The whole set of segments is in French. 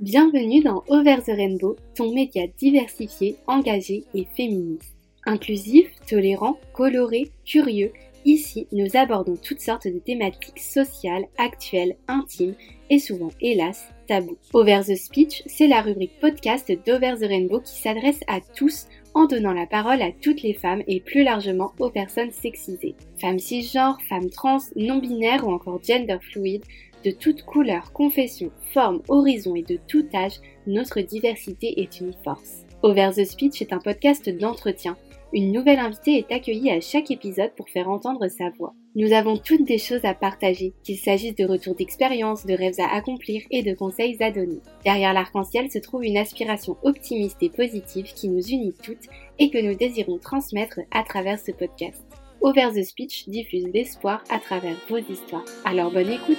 Bienvenue dans Over the Rainbow, ton média diversifié, engagé et féministe. Inclusif, tolérant, coloré, curieux, ici nous abordons toutes sortes de thématiques sociales, actuelles, intimes et souvent, hélas, tabous. Over the Speech, c'est la rubrique podcast d'Over the Rainbow qui s'adresse à tous en donnant la parole à toutes les femmes et plus largement aux personnes sexisées. Femmes cisgenres, femmes trans, non-binaires ou encore gender fluid, de toute couleur, confession, forme, horizon et de tout âge, notre diversité est une force. Over the Speech est un podcast d'entretien. Une nouvelle invitée est accueillie à chaque épisode pour faire entendre sa voix. Nous avons toutes des choses à partager, qu'il s'agisse de retours d'expérience, de rêves à accomplir et de conseils à donner. Derrière l'arc-en-ciel se trouve une aspiration optimiste et positive qui nous unit toutes et que nous désirons transmettre à travers ce podcast. Over the Speech diffuse l'espoir à travers vos histoires. Alors bonne écoute!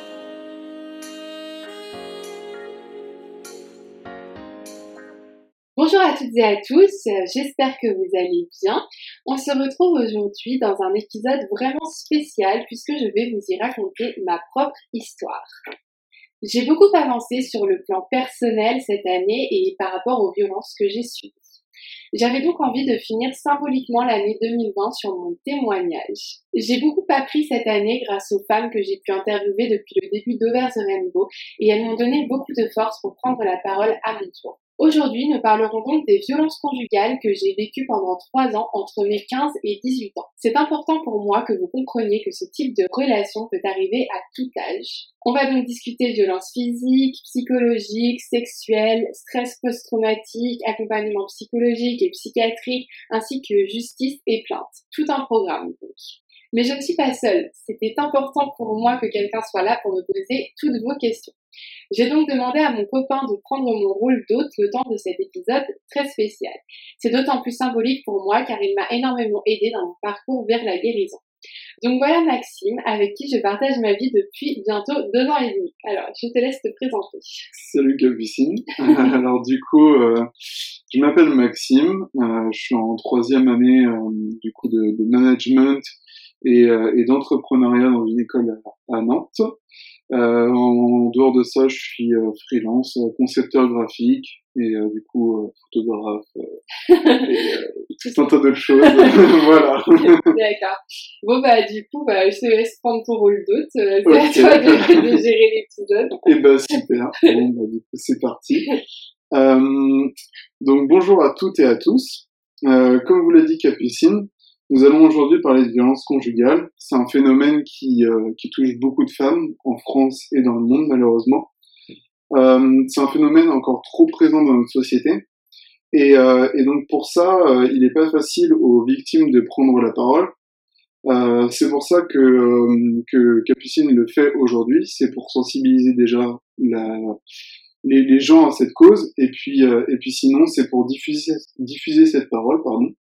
Bonjour à toutes et à tous, j'espère que vous allez bien. On se retrouve aujourd'hui dans un épisode vraiment spécial puisque je vais vous y raconter ma propre histoire. J'ai beaucoup avancé sur le plan personnel cette année et par rapport aux violences que j'ai subies. J'avais donc envie de finir symboliquement l'année 2020 sur mon témoignage. J'ai beaucoup appris cette année grâce aux femmes que j'ai pu interviewer depuis le début d'Over the Rainbow et elles m'ont donné beaucoup de force pour prendre la parole à mon tour. Aujourd'hui, nous parlerons donc des violences conjugales que j'ai vécues pendant 3 ans entre mes 15 et 18 ans. C'est important pour moi que vous compreniez que ce type de relation peut arriver à tout âge. On va donc discuter violences physiques, psychologiques, sexuelles, stress post-traumatique, accompagnement psychologique et psychiatrique, ainsi que justice et plainte. Tout un programme donc. Mais je ne suis pas seule. C'était important pour moi que quelqu'un soit là pour me poser toutes vos questions. J'ai donc demandé à mon copain de prendre mon rôle d'hôte le temps de cet épisode très spécial. C'est d'autant plus symbolique pour moi car il m'a énormément aidé dans mon parcours vers la guérison. Donc voilà Maxime, avec qui je partage ma vie depuis bientôt 2 ans et demi. Alors, je te laisse te présenter. Salut Capucine. Alors du coup, je m'appelle Maxime, je suis en 3e année du coup de management et d'entrepreneuriat dans une école à Nantes. En dehors de ça, je suis freelance, concepteur graphique et du coup photographe et tout un tas d'autres choses. Voilà. D'accord. Bon du coup je te laisse prendre ton rôle d'hôte. C'est okay. À toi de gérer l'épisode. Et super. Bon du coup c'est parti. Donc bonjour à toutes et à tous. Comme vous l'a dit Capucine, nous allons aujourd'hui parler de violence conjugale. C'est un phénomène qui touche beaucoup de femmes en France et dans le monde malheureusement. C'est un phénomène encore trop présent dans notre société. Et donc pour ça, il n'est pas facile aux victimes de prendre la parole. C'est pour ça que Capucine le fait aujourd'hui. C'est pour sensibiliser déjà les gens à cette cause. Et puis sinon, c'est pour diffuser cette parole, pardon.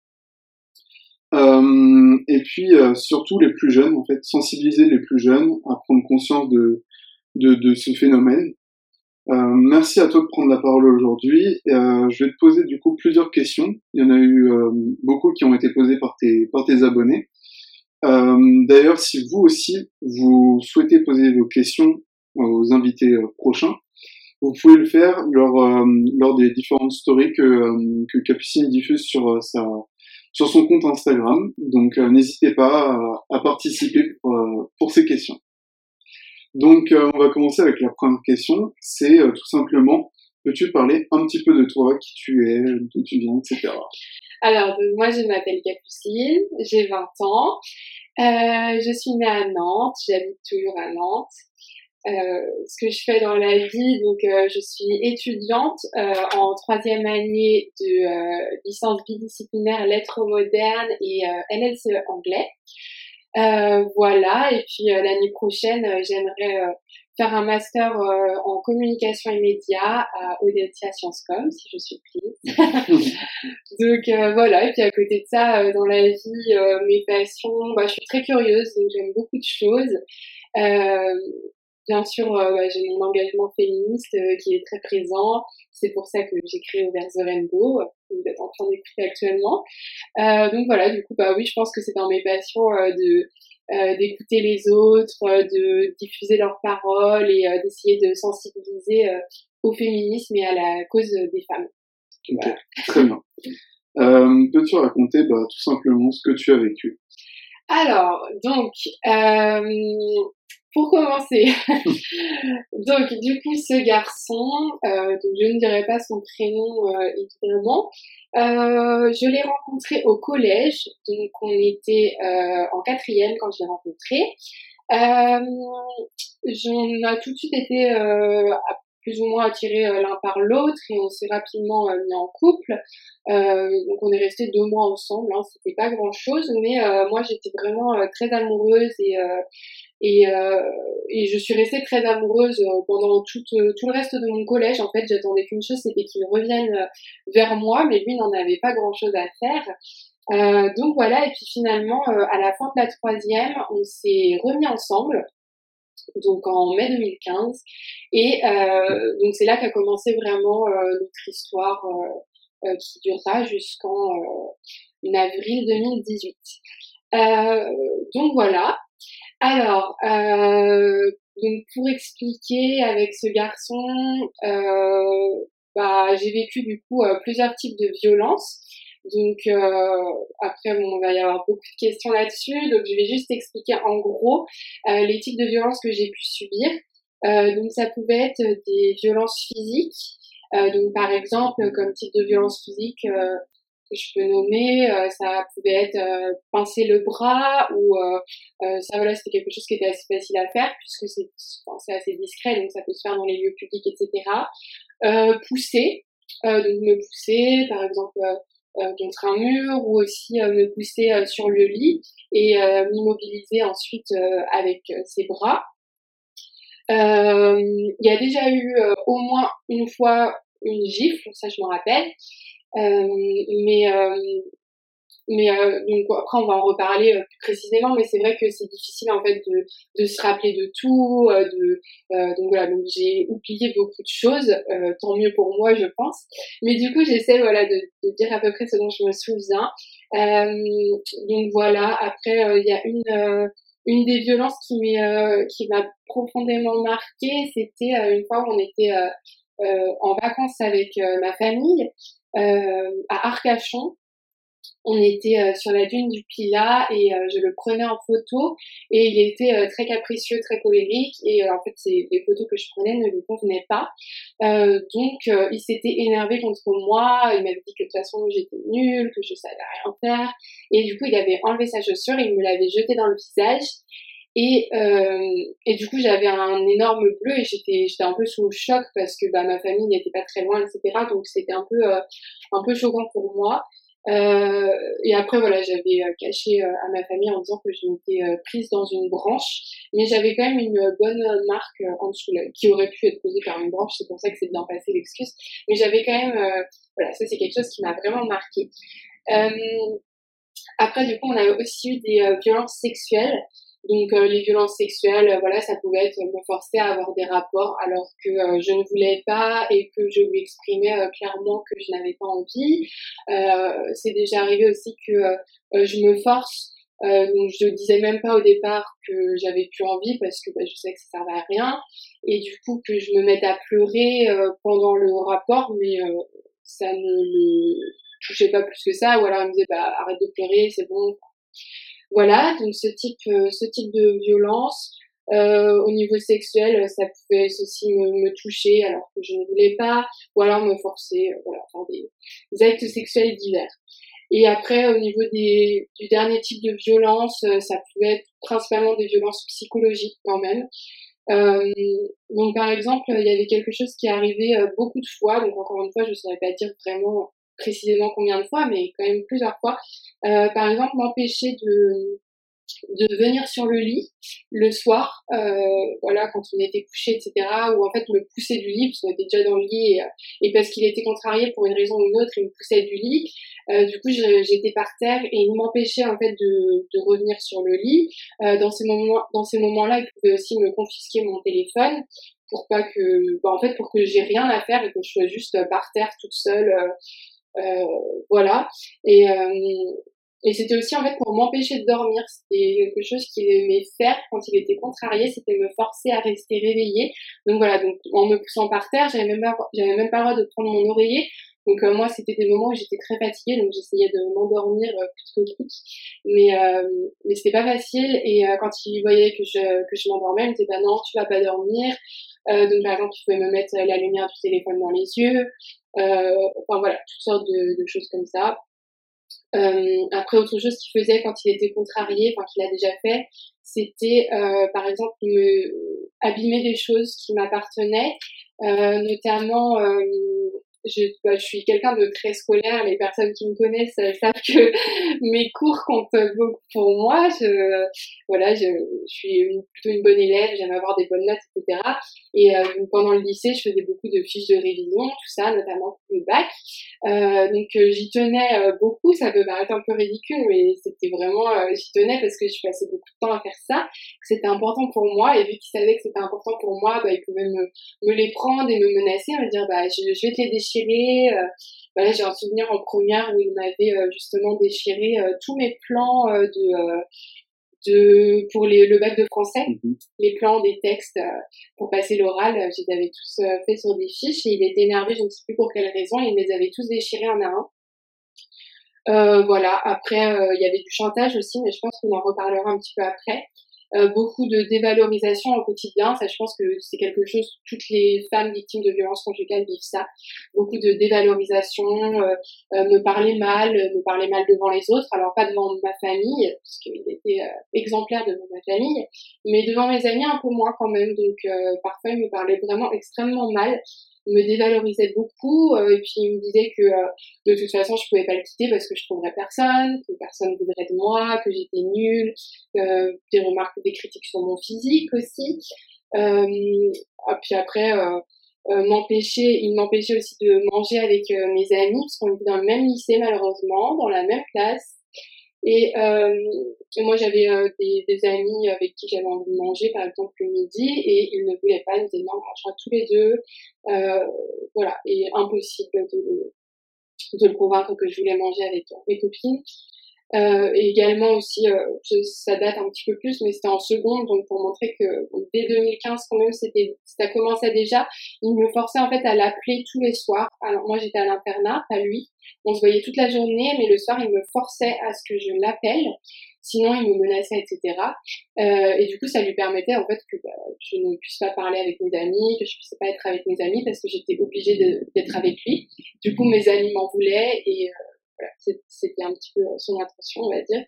Et puis surtout les plus jeunes, en fait, sensibiliser les plus jeunes à prendre conscience de ce phénomène. Merci à toi de prendre la parole aujourd'hui. Je vais te poser du coup plusieurs questions. Il y en a eu beaucoup qui ont été posées par tes abonnés. D'ailleurs, si vous aussi vous souhaitez poser vos questions aux invités prochains, vous pouvez le faire lors des différentes stories que Capucine diffuse sur son compte Instagram. Donc n'hésitez pas à participer pour ces questions. Donc on va commencer avec la première question, c'est tout simplement, peux-tu parler un petit peu de toi, qui tu es, d'où tu viens, etc. Alors moi je m'appelle Capucine, j'ai 20 ans, je suis née à Nantes, j'habite toujours à Nantes. Ce que je fais dans la vie, donc je suis étudiante en 3e année de licence bidisciplinaire lettres modernes et LLCE anglais. Voilà, et puis l'année prochaine, j'aimerais faire un master en communication et médias à Audencia Sciences Com, si je suis prise. Donc voilà, et puis à côté de ça, dans la vie, mes passions, je suis très curieuse, donc j'aime beaucoup de choses. Bien sûr, j'ai mon engagement féministe qui est très présent. C'est pour ça que j'ai créé Over the Rainbow, que vous êtes en train d'écouter actuellement. Donc voilà, du coup, oui, je pense que c'est dans mes passions d'écouter les autres, de diffuser leurs paroles et d'essayer de sensibiliser au féminisme et à la cause des femmes. Ok, Voilà. très bien. Peux-tu raconter tout simplement ce que tu as vécu? Alors, donc, pour commencer, donc du coup, ce garçon, donc je ne dirai pas son prénom évidemment, je l'ai rencontré au collège, donc on était en quatrième quand je l'ai rencontré. On a tout de suite été plus ou moins attirés l'un par l'autre et on s'est rapidement mis en couple. Donc on est restés 2 mois ensemble, hein, c'était pas grand chose, mais moi j'étais vraiment très amoureuse et je suis restée très amoureuse pendant tout le reste de mon collège. En fait, j'attendais qu'une chose, c'était qu'il revienne vers moi, mais lui n'en avait pas grand chose à faire. Donc voilà, et puis finalement, à la fin de la troisième, on s'est remis ensemble, donc en mai 2015, et donc c'est là qu'a commencé vraiment notre histoire qui durera jusqu'en avril 2018. Donc voilà. Alors, donc pour expliquer avec ce garçon, j'ai vécu du coup plusieurs types de violences. Donc après, bon, il va y avoir beaucoup de questions là-dessus, donc je vais juste expliquer en gros les types de violences que j'ai pu subir. Donc ça pouvait être des violences physiques, donc par exemple comme type de violence physique que je peux nommer, ça pouvait être pincer le bras ou ça voilà, c'était quelque chose qui était assez facile à faire puisque c'est assez discret, donc ça peut se faire dans les lieux publics, etc. Pousser, donc me pousser par exemple contre un mur ou aussi me pousser sur le lit et m'immobiliser ensuite avec ses bras. Il y a déjà eu au moins une fois une gifle, ça je m'en rappelle. Mais donc après on va en reparler plus précisément, mais c'est vrai que c'est difficile en fait de se rappeler de tout, donc voilà, donc j'ai oublié beaucoup de choses, tant mieux pour moi je pense, mais du coup j'essaie voilà de dire à peu près ce dont je me souviens. Donc voilà, après il y a une des violences qui m'a profondément marquée, c'était une fois où on était en vacances avec ma famille à Arcachon. On était sur la dune du Pilat et je le prenais en photo et il était très capricieux, très colérique et en fait les photos que je prenais ne lui convenaient pas. Donc il s'était énervé contre moi, il m'avait dit que de toute façon j'étais nulle, que je savais rien faire et du coup il avait enlevé sa chaussure, il me l'avait jetée dans le visage et du coup j'avais un énorme bleu et j'étais un peu sous le choc parce que ma famille n'était pas très loin, etc. Donc c'était un peu choquant pour moi. Et après voilà, j'avais caché à ma famille en disant que je m'étais prise dans une branche, mais j'avais quand même une bonne marque en dessous là, qui aurait pu être causée par une branche, c'est pour ça que c'est bien passé l'excuse, mais j'avais quand même voilà, ça c'est quelque chose qui m'a vraiment marqué. Après du coup on a aussi eu des violences sexuelles. Donc les violences sexuelles, voilà, ça pouvait être me forcer à avoir des rapports alors que je ne voulais pas et que je lui exprimais clairement que je n'avais pas envie. C'est déjà arrivé aussi que je me force, donc je disais même pas au départ que j'avais plus envie parce que je sais que ça servait à rien et du coup que je me mette à pleurer pendant le rapport, mais ça ne le touchait pas plus que ça, ou alors il me disait arrête de pleurer, c'est bon. Voilà, donc ce type de violence. Au niveau sexuel, ça pouvait aussi me toucher alors que je ne voulais pas, ou alors me forcer, voilà, faire des actes sexuels divers. Et après, au niveau du dernier type de violence, ça pouvait être principalement des violences psychologiques quand même. Donc par exemple, il y avait quelque chose qui est arrivé beaucoup de fois, donc encore une fois, je ne saurais pas dire vraiment précisément combien de fois, mais quand même plusieurs fois. Par exemple, m'empêcher de venir sur le lit le soir, voilà, quand on était couché, etc., ou en fait me pousser du lit, parce qu'on était déjà dans le lit, et parce qu'il était contrarié pour une raison ou une autre, il me poussait du lit. Du coup, j'étais par terre et il m'empêchait en fait de revenir sur le lit. Dans ces moments-là, il pouvait aussi me confisquer mon téléphone pour pas que, en fait, pour que j'ai rien à faire et que je sois juste par terre toute seule, voilà. Et Et c'était aussi en fait pour m'empêcher de dormir. C'était quelque chose qu'il aimait faire quand il était contrarié, c'était me forcer à rester réveillée. Donc voilà, donc en me poussant par terre, j'avais même pas le droit de prendre mon oreiller. Donc moi, c'était des moments où j'étais très fatiguée, donc j'essayais de m'endormir coûte que coûte. Mais c'était pas facile. Et quand il voyait que je m'endormais, il me disait bah non, tu vas pas dormir. Donc par exemple, il pouvait me mettre la lumière du téléphone dans les yeux. Enfin voilà, toutes sortes de choses comme ça. Après, autre chose qu'il faisait quand il était contrarié, enfin qu'il a déjà fait, c'était par exemple me abîmer des choses qui m'appartenaient, notamment je suis quelqu'un de très scolaire. Les personnes qui me connaissent savent que mes cours comptent beaucoup pour moi. Je suis plutôt une bonne élève, j'aime avoir des bonnes notes, etc. Et pendant le lycée, je faisais beaucoup de fiches de révision, tout ça, notamment pour le bac. Donc j'y tenais beaucoup. Ça peut paraître un peu ridicule, mais c'était vraiment, j'y tenais parce que je passais beaucoup de temps à faire ça, que c'était important pour moi. Et vu qu'il savait que c'était important pour moi, bah, il pouvait me les prendre et me menacer, me dire bah je vais te les déchirer. Voilà, j'ai un souvenir en première où il m'avait justement déchiré tous mes plans pour le bac de français, les plans des textes pour passer l'oral, je les avais tous faits sur des fiches et il était énervé, je ne sais plus pour quelle raison, il me les avait tous déchirés un à un. Voilà, après il y avait du chantage aussi, mais je pense qu'on en reparlera un petit peu après. Beaucoup de dévalorisation au quotidien, ça je pense que c'est quelque chose, toutes les femmes victimes de violences conjugales vivent ça, beaucoup de dévalorisation, me parler mal devant les autres, alors pas devant ma famille, parce qu'il était exemplaire devant ma famille, mais devant mes amis un peu moins quand même, donc parfois il me parlait vraiment extrêmement mal, il me dévalorisait beaucoup, et puis il me disait que de toute façon je pouvais pas le quitter parce que je trouverais personne, que personne ne voudrait de moi, que j'étais nulle, des remarques, des critiques sur mon physique aussi. Puis après, il m'empêchait aussi de manger avec mes amis, parce qu'on était dans le même lycée malheureusement, dans la même classe. Et moi j'avais des amis avec qui j'avais envie de manger par exemple le midi et ils ne voulaient pas, ils me disaient non, on mangera tous les deux. Voilà, et impossible de le convaincre que je voulais manger avec mes copines. Et également aussi, ça date un petit peu plus, mais c'était en seconde, donc pour montrer que dès 2015 quand même, ça commençait déjà. Il me forçait en fait à l'appeler tous les soirs. Alors moi j'étais à l'internat, pas lui. On se voyait toute la journée, mais le soir il me forçait à ce que je l'appelle. Sinon il me menaçait, etc. Et du coup ça lui permettait en fait que je ne puisse pas parler avec mes amis, que je puisse pas être avec mes amis parce que j'étais obligée d'être avec lui. Du coup mes amis m'en voulaient et voilà, c'était un petit peu son intention, on va dire.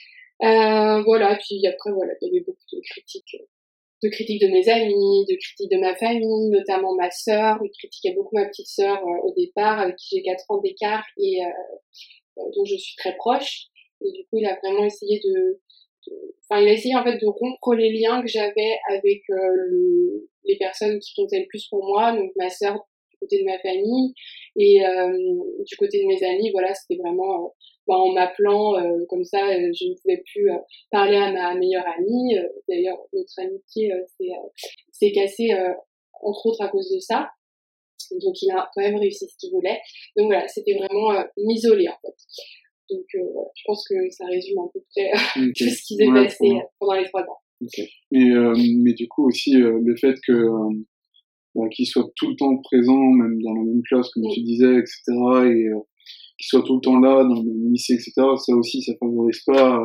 Voilà, puis après, voilà, il y avait beaucoup de critiques de mes amis, de critiques de ma famille, notamment ma sœur. Il critiquait beaucoup ma petite sœur au départ, avec qui j'ai 4 ans d'écart et dont je suis très proche. Et du coup, il a vraiment essayé il a essayé en fait de rompre les liens que j'avais avec les personnes qui comptaient le plus pour moi, donc ma sœur du côté de ma famille et du côté de mes amis, voilà, c'était vraiment en m'appelant comme ça, je ne pouvais plus parler à ma meilleure amie. D'ailleurs, notre amitié s'est cassée entre autres à cause de ça. Donc il a quand même réussi ce qu'il voulait. Donc voilà, c'était vraiment m'isoler en fait. Donc je pense que ça résume à peu près tout ce qui s'est passé pendant les 3 ans. Okay. Mais du coup aussi le fait que qu'il soit tout le temps présent, même dans la même classe comme tu disais, etc. Et qu'il soit tout le temps là dans le même lycée, etc. Ça aussi, ça favorise pas,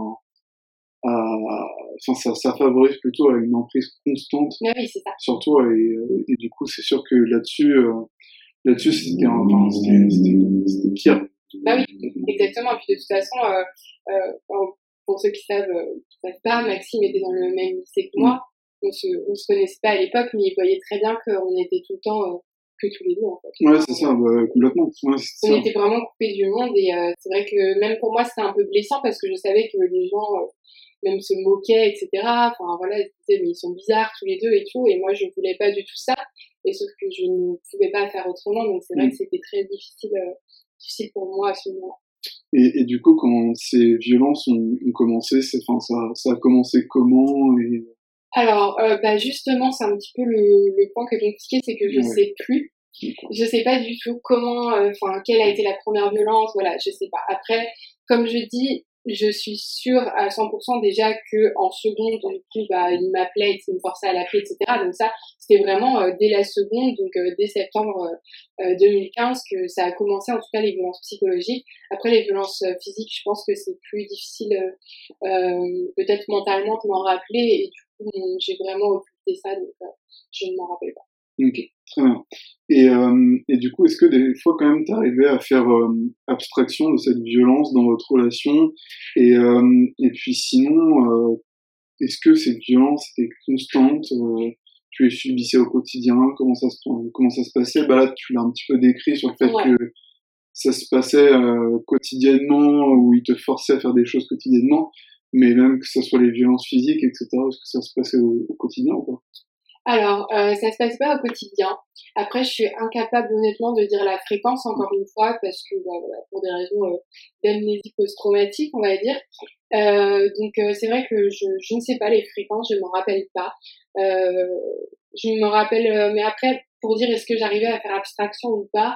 ça favorise plutôt à une emprise constante sur toi. Et du coup, c'est sûr que là-dessus, c'était pire. Bah oui, exactement. Et puis de toute façon, pour ceux qui savent pas, Maxime était dans le même lycée que moi. On se connaissait pas à l'époque, mais il voyait très bien qu'on était tout le temps que tous les deux en fait. Ouais, c'est ça, complètement. Ouais, on était vraiment coupés du monde et c'est vrai que même pour moi c'était un peu blessant parce que je savais que les gens même se moquaient, etc. Enfin voilà, ils disaient mais ils sont bizarres tous les deux et tout, et moi je voulais pas du tout ça, et sauf que je ne pouvais pas faire autrement, donc c'est vrai que c'était très difficile pour moi à ce moment-là. Et du coup, quand ces violences ont commencé, ça a commencé comment Alors, justement, c'est un petit peu le point que j'ai expliqué, c'est que je sais plus. Je sais pas du tout comment, quelle a été la première violence, voilà, je sais pas. Après, comme je dis, je suis sûre à 100% déjà que en seconde, du coup, il m'appelait, il me forçait à l'appeler, etc. Donc ça, c'était vraiment dès la seconde, donc dès septembre 2015 que ça a commencé, en tout cas les violences psychologiques. Après les violences physiques, je pense que c'est plus difficile peut-être mentalement de m'en rappeler, et du coup j'ai vraiment occulté ça, donc je ne m'en rappelle pas. Ok, très bien. Et du coup, est-ce que des fois quand même t'arrivais à faire abstraction de cette violence dans votre relation et puis sinon, est-ce que cette violence était constante, tu les subissais au quotidien, comment ça se passait? Bah là, tu l'as un petit peu décrit sur le fait Ouais. que ça se passait quotidiennement, où il te forçait à faire des choses quotidiennement, mais même que ce soit les violences physiques, etc., est-ce que ça se passait au quotidien ou pas? Alors, ça se passe pas au quotidien. Après, je suis incapable honnêtement de dire la fréquence, encore une fois, parce que voilà, pour des raisons d'amnésie post-traumatique, on va dire. Donc c'est vrai que je ne sais pas les fréquences, je m'en rappelle pas. Je me rappelle, mais après, pour dire est-ce que j'arrivais à faire abstraction ou pas,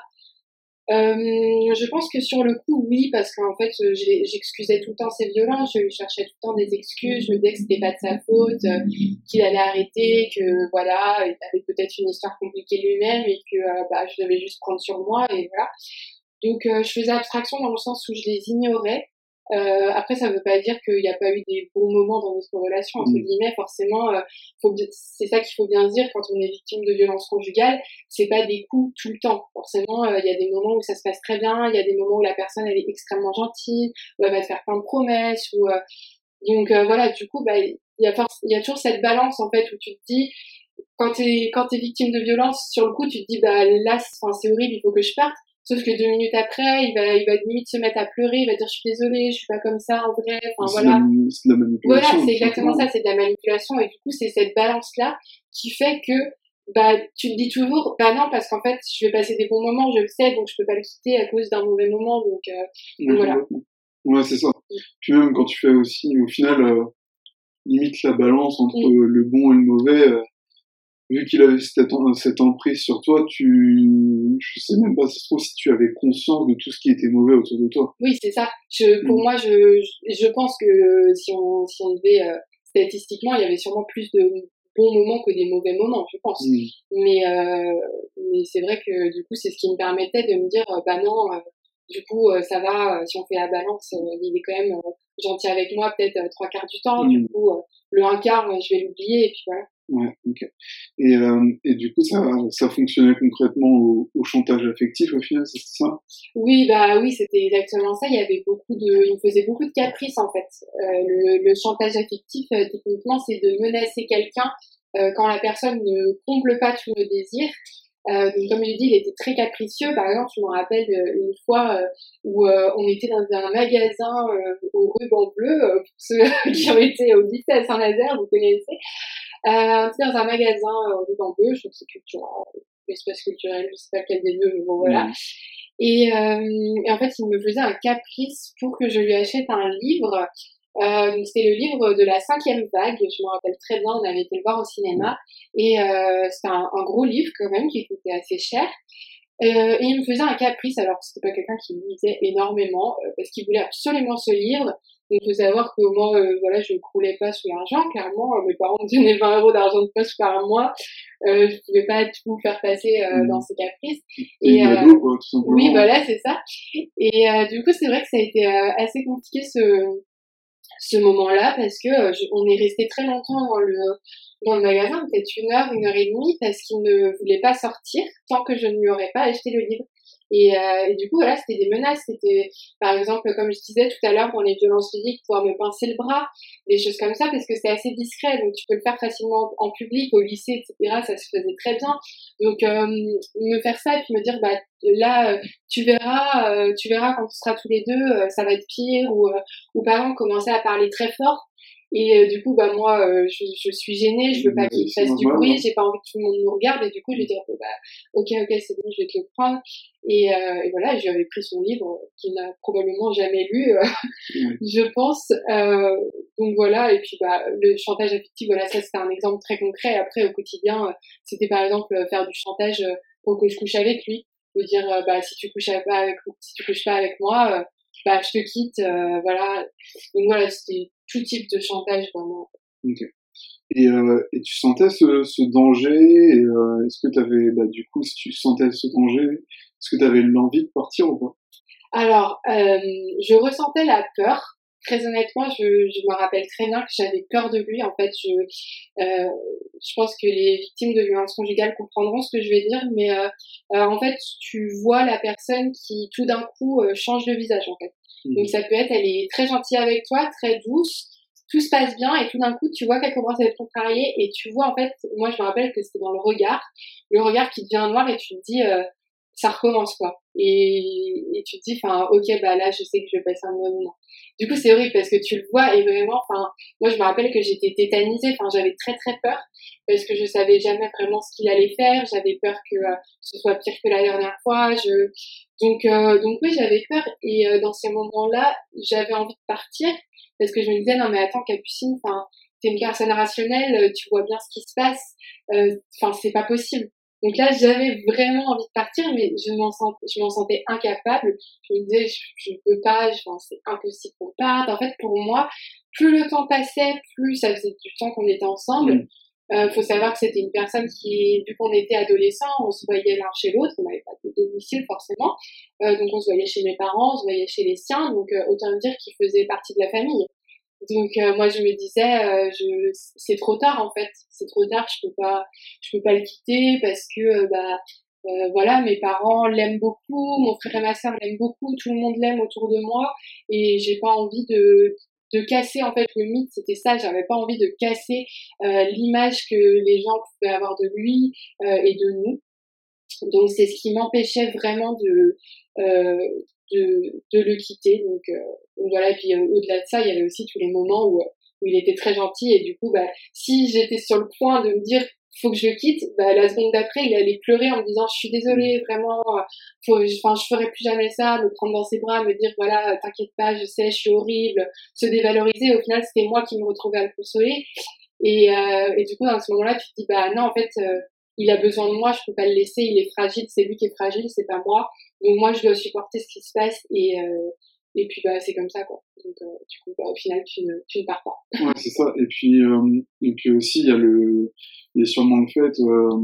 je pense que sur le coup, oui, parce qu'en fait, j'excusais tout le temps ses violences, je lui cherchais tout le temps des excuses, je me disais que c'était pas de sa faute, qu'il allait arrêter, que voilà, il avait peut-être une histoire compliquée lui-même et que je devais juste prendre sur moi, et voilà. Donc je faisais abstraction dans le sens où je les ignorais. Après, ça veut pas dire qu'il n'y a pas eu des bons moments dans notre relation, entre guillemets. Forcément, c'est ça qu'il faut bien se dire quand on est victime de violences conjugales. C'est pas des coups tout le temps. Forcément, il y a des moments où ça se passe très bien, il y a des moments où la personne elle est extrêmement gentille, où elle va te faire plein de promesses, donc voilà. Du coup, il y a toujours cette balance en fait où tu te dis, quand t'es victime de violence, sur le coup, tu te dis là, c'est horrible, il faut que je parte. Sauf que 2 minutes après, il va limite se mettre à pleurer, il va dire je suis désolée, je suis pas comme ça en vrai, enfin voilà. C'est de la Voilà, manipulation. c'est exactement ça, c'est de la manipulation, et du coup, c'est cette balance-là qui fait que tu te dis toujours non, parce qu'en fait, je vais passer des bons moments, je le sais, donc je peux pas le quitter à cause d'un mauvais moment, donc voilà. Ouais, c'est ça. Puis même quand tu fais aussi, au final, limite la balance entre le bon et le mauvais, vu qu'il avait cette emprise sur toi, je sais même pas, ça se trouve, si tu avais conscience de tout ce qui était mauvais autour de toi. Oui, c'est ça. Pour moi, je pense que si on devait, statistiquement, il y avait sûrement plus de bons moments que des mauvais moments, je pense. Mais c'est vrai que du coup, c'est ce qui me permettait de me dire, non, du coup, ça va, si on fait la balance, il est quand même gentil avec moi, peut-être 3/4 du temps. Du coup, le 1/4, je vais l'oublier, et puis voilà. Ouais, ok. Et du coup, ça fonctionnait concrètement au chantage affectif, au final, c'est ça? Oui, oui, c'était exactement ça. Il me faisait beaucoup de caprices, en fait. Le chantage affectif, techniquement, c'est de menacer quelqu'un quand la personne ne comble pas tous nos désirs. Donc comme je dis, il était très capricieux. Par exemple, je me rappelle une fois où on était dans un magasin au ruban bleu, pour ceux qui ont été au lycée à Saint-Nazaire, vous connaissez. On était dans un magasin au ruban bleu, je crois que c'est l'espace culturel, je sais pas quel des deux, mais bon voilà. Et en fait, il me faisait un caprice pour que je lui achète un livre. Donc c'était le livre de la 5e vague, je me rappelle très bien, on avait été le voir au cinéma, et c'était un gros livre quand même qui coûtait assez cher. Et il me faisait un caprice, alors c'était pas quelqu'un qui lisait énormément, parce qu'il voulait absolument ce livre. Il faut savoir que moi, voilà, je ne croulais pas sous l'argent, clairement. Mes parents me donnaient 20 € d'argent de poche par mois. Je pouvais pas tout faire passer dans ces caprices. Et ado, quoi, tout simplement. Oui, voilà, c'est ça. Et du coup, c'est vrai que ça a été assez compliqué ce moment-là, parce que on est resté très longtemps dans le magasin, peut-être 1 heure et demie, parce qu'il ne voulait pas sortir tant que je ne lui aurais pas acheté le livre. Et du coup, voilà, c'était des menaces. C'était, par exemple, comme je disais tout à l'heure, dans les violences physiques, pouvoir me pincer le bras, des choses comme ça, parce que c'est assez discret, donc tu peux le faire facilement en public, au lycée, etc. Ça se faisait très bien. Donc, me faire ça et puis me dire, là, tu verras quand on sera tous les deux, ça va être pire, ou par exemple commencer à parler très fort. Et du coup, moi, je suis gênée, je veux pas qu'il fasse du bruit, j'ai pas envie que tout le monde nous regarde, et du coup, je vais dire, ok, c'est bon, je vais te le prendre. Et voilà, je lui avais pris son livre, qu'il n'a probablement jamais lu, je pense. Donc voilà, et puis le chantage affectif, voilà, ça c'était un exemple très concret. Après, au quotidien, c'était par exemple faire du chantage pour que je couche avec lui. Lui dire, si tu couches pas avec moi, bah je te quitte, voilà. Donc voilà, c'était tout type de chantage vraiment. Ok. Et tu sentais ce danger, est-ce que t'avais, bah, du coup, si tu sentais ce danger, est-ce que t'avais l'envie de partir ou pas? Alors, je ressentais la peur. Très honnêtement, je me rappelle très bien que j'avais peur de lui. En fait, je pense que les victimes de violences conjugales comprendront ce que je vais dire, mais en fait, tu vois la personne qui, tout d'un coup, change de visage, en fait. Donc, ça peut être, elle est très gentille avec toi, très douce, tout se passe bien, et tout d'un coup, tu vois qu'elle commence à être contrariée, et tu vois, en fait, moi, je me rappelle que c'était dans le regard qui devient noir, et tu te dis, ça recommence, quoi. Et tu te dis, enfin, ok, bah là, je sais que je vais passer un mauvais moment. Du coup, c'est horrible parce que tu le vois et vraiment, enfin, moi, je me rappelle que j'étais tétanisée, enfin, j'avais très, très peur parce que je savais jamais vraiment ce qu'il allait faire. J'avais peur que ce soit pire que la dernière fois. Donc oui, j'avais peur et dans ces moments-là, j'avais envie de partir parce que je me disais, non, mais attends, Capucine, enfin, t'es une personne rationnelle, tu vois bien ce qui se passe, enfin, c'est pas possible. Donc là, j'avais vraiment envie de partir, mais je m'en sentais incapable. Je me disais, je peux pas, enfin, c'est impossible qu'on parte. En fait, pour moi, plus le temps passait, plus ça faisait du temps qu'on était ensemble. Faut savoir que c'était une personne qui, vu qu'on était adolescents, on se voyait l'un chez l'autre, on n'avait pas de domicile forcément. Donc on se voyait chez mes parents, on se voyait chez les siens, donc autant dire qu'il faisait partie de la famille. Donc moi je me disais c'est trop tard en fait, c'est trop tard, je peux pas le quitter parce que voilà, mes parents l'aiment beaucoup, mon frère et ma sœur l'aiment beaucoup, tout le monde l'aime autour de moi et j'ai pas envie de casser en fait le mythe, c'était ça, j'avais pas envie de casser l'image que les gens pouvaient avoir de lui et de nous. Donc c'est ce qui m'empêchait vraiment euh, de le quitter. Donc voilà, et puis au-delà de ça, il y avait aussi tous les moments où il était très gentil et du coup, bah, si j'étais sur le point de me dire faut que je le quitte, bah, la seconde d'après, il allait pleurer en me disant je suis désolée, vraiment, enfin, je ferai plus jamais ça, me prendre dans ses bras, me dire voilà, t'inquiète pas, je sais, je suis horrible, se dévaloriser. Au final, c'était moi qui me retrouvais à le consoler. Et du coup, dans ce moment-là, tu te dis bah non, en fait, il a besoin de moi, je peux pas le laisser, il est fragile, c'est lui qui est fragile, c'est pas moi. Donc moi, je dois supporter ce qui se passe et puis bah c'est comme ça quoi. Donc du coup, bah, au final, tu ne pars pas. Ouais, c'est ça. Et puis aussi, il y a sûrement le fait,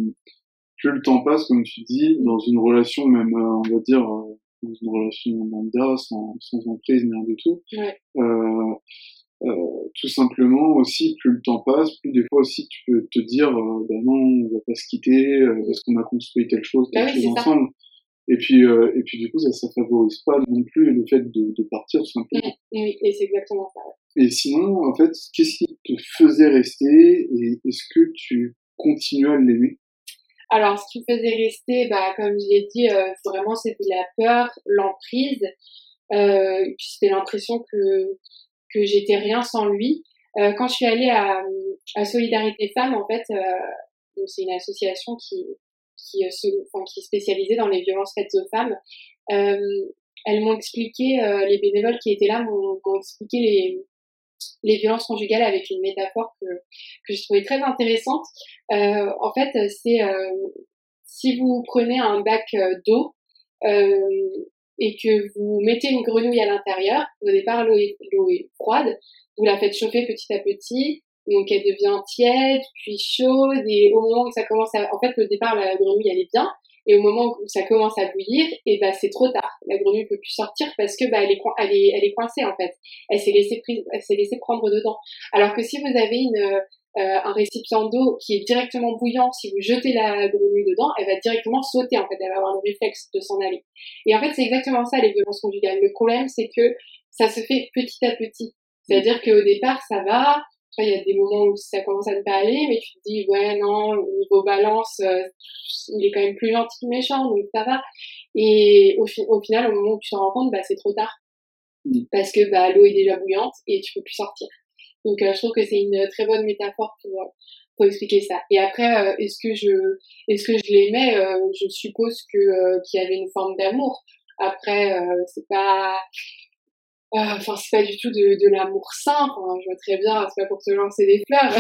plus le temps passe, comme tu dis, dans une relation même, on va dire, dans une relation lambda, sans emprise, ni rien du tout, Ouais. tout simplement aussi, plus le temps passe, plus des fois aussi tu peux te dire, ben non, on va pas se quitter, parce qu'on a construit Bah quelque oui, chose c'est ça. ensemble. Et puis du coup, ça favorise pas non plus le fait de partir, tout simplement. Oui, et c'est exactement ça. Et sinon, en fait, qu'est-ce qui te faisait rester et est-ce que tu continues à l'aimer? Alors, ce qui me faisait rester, bah, comme je l'ai dit, vraiment, c'était la peur, l'emprise, et puis c'était l'impression que j'étais rien sans lui. Quand je suis allée à Solidarité Femmes, en fait, donc c'est une association qui est spécialisée dans les violences faites aux femmes. Euh, Elles m'ont expliqué, les bénévoles qui étaient là m'ont expliqué les violences conjugales avec une métaphore que je trouvais très intéressante. En fait, c'est si vous prenez un bac d'eau euh, et que vous mettez une grenouille à l'intérieur, au départ l'eau est froide, vous la faites chauffer petit à petit, donc elle devient tiède, puis chaude, et au moment où ça commence à... En fait, au départ, la grenouille, elle est bien, et au moment où ça commence à bouillir, et bah c'est trop tard. La grenouille peut plus sortir parce que bah elle est coincée en fait. Elle s'est laissée prendre dedans. Alors que si vous avez un récipient d'eau qui est directement bouillant, si vous jetez la grenouille dedans, elle va directement sauter en fait. Elle va avoir le réflexe de s'en aller. Et en fait, c'est exactement ça les violences conjugales. Le problème, c'est que ça se fait petit à petit. C'est-à-dire qu'au départ, ça va. Après, il y a des moments où ça commence à ne pas aller, mais tu te dis, ouais, non, au niveau balance, il est quand même plus gentil que méchant, donc ça va. Et au final, au moment où tu t'en rends compte, bah, c'est trop tard. Parce que bah, l'eau est déjà bouillante et tu peux plus sortir. Donc, je trouve que c'est une très bonne métaphore pour expliquer ça. Et après, est-ce que je l'aimais? Je suppose qu'il y avait une forme d'amour. Après, c'est pas, enfin, c'est pas du tout de l'amour sain. Enfin, je vois très bien, c'est pas pour te lancer des fleurs.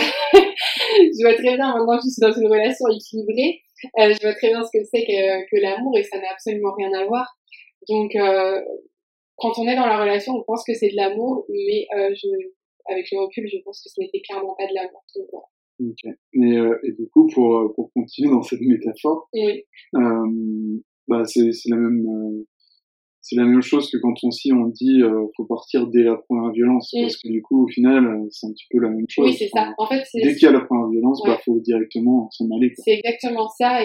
Je vois très bien, maintenant, je suis dans une relation équilibrée. Je vois très bien ce que c'est que l'amour et ça n'a absolument rien à voir. Donc, quand on est dans la relation, on pense que c'est de l'amour, mais avec le recul, je pense que ce n'était clairement pas de l'amour. Donc, voilà. Ok. Et du coup, pour continuer dans cette métaphore, Oui, bah c'est la même chose que quand on dit faut partir dès la première violence, parce que du coup, au final, c'est un petit peu la même chose. oui, c'est ça. En fait, Dès qu'il y a la première violence, ouais, bah faut directement s'en aller, quoi. c'est exactement ça.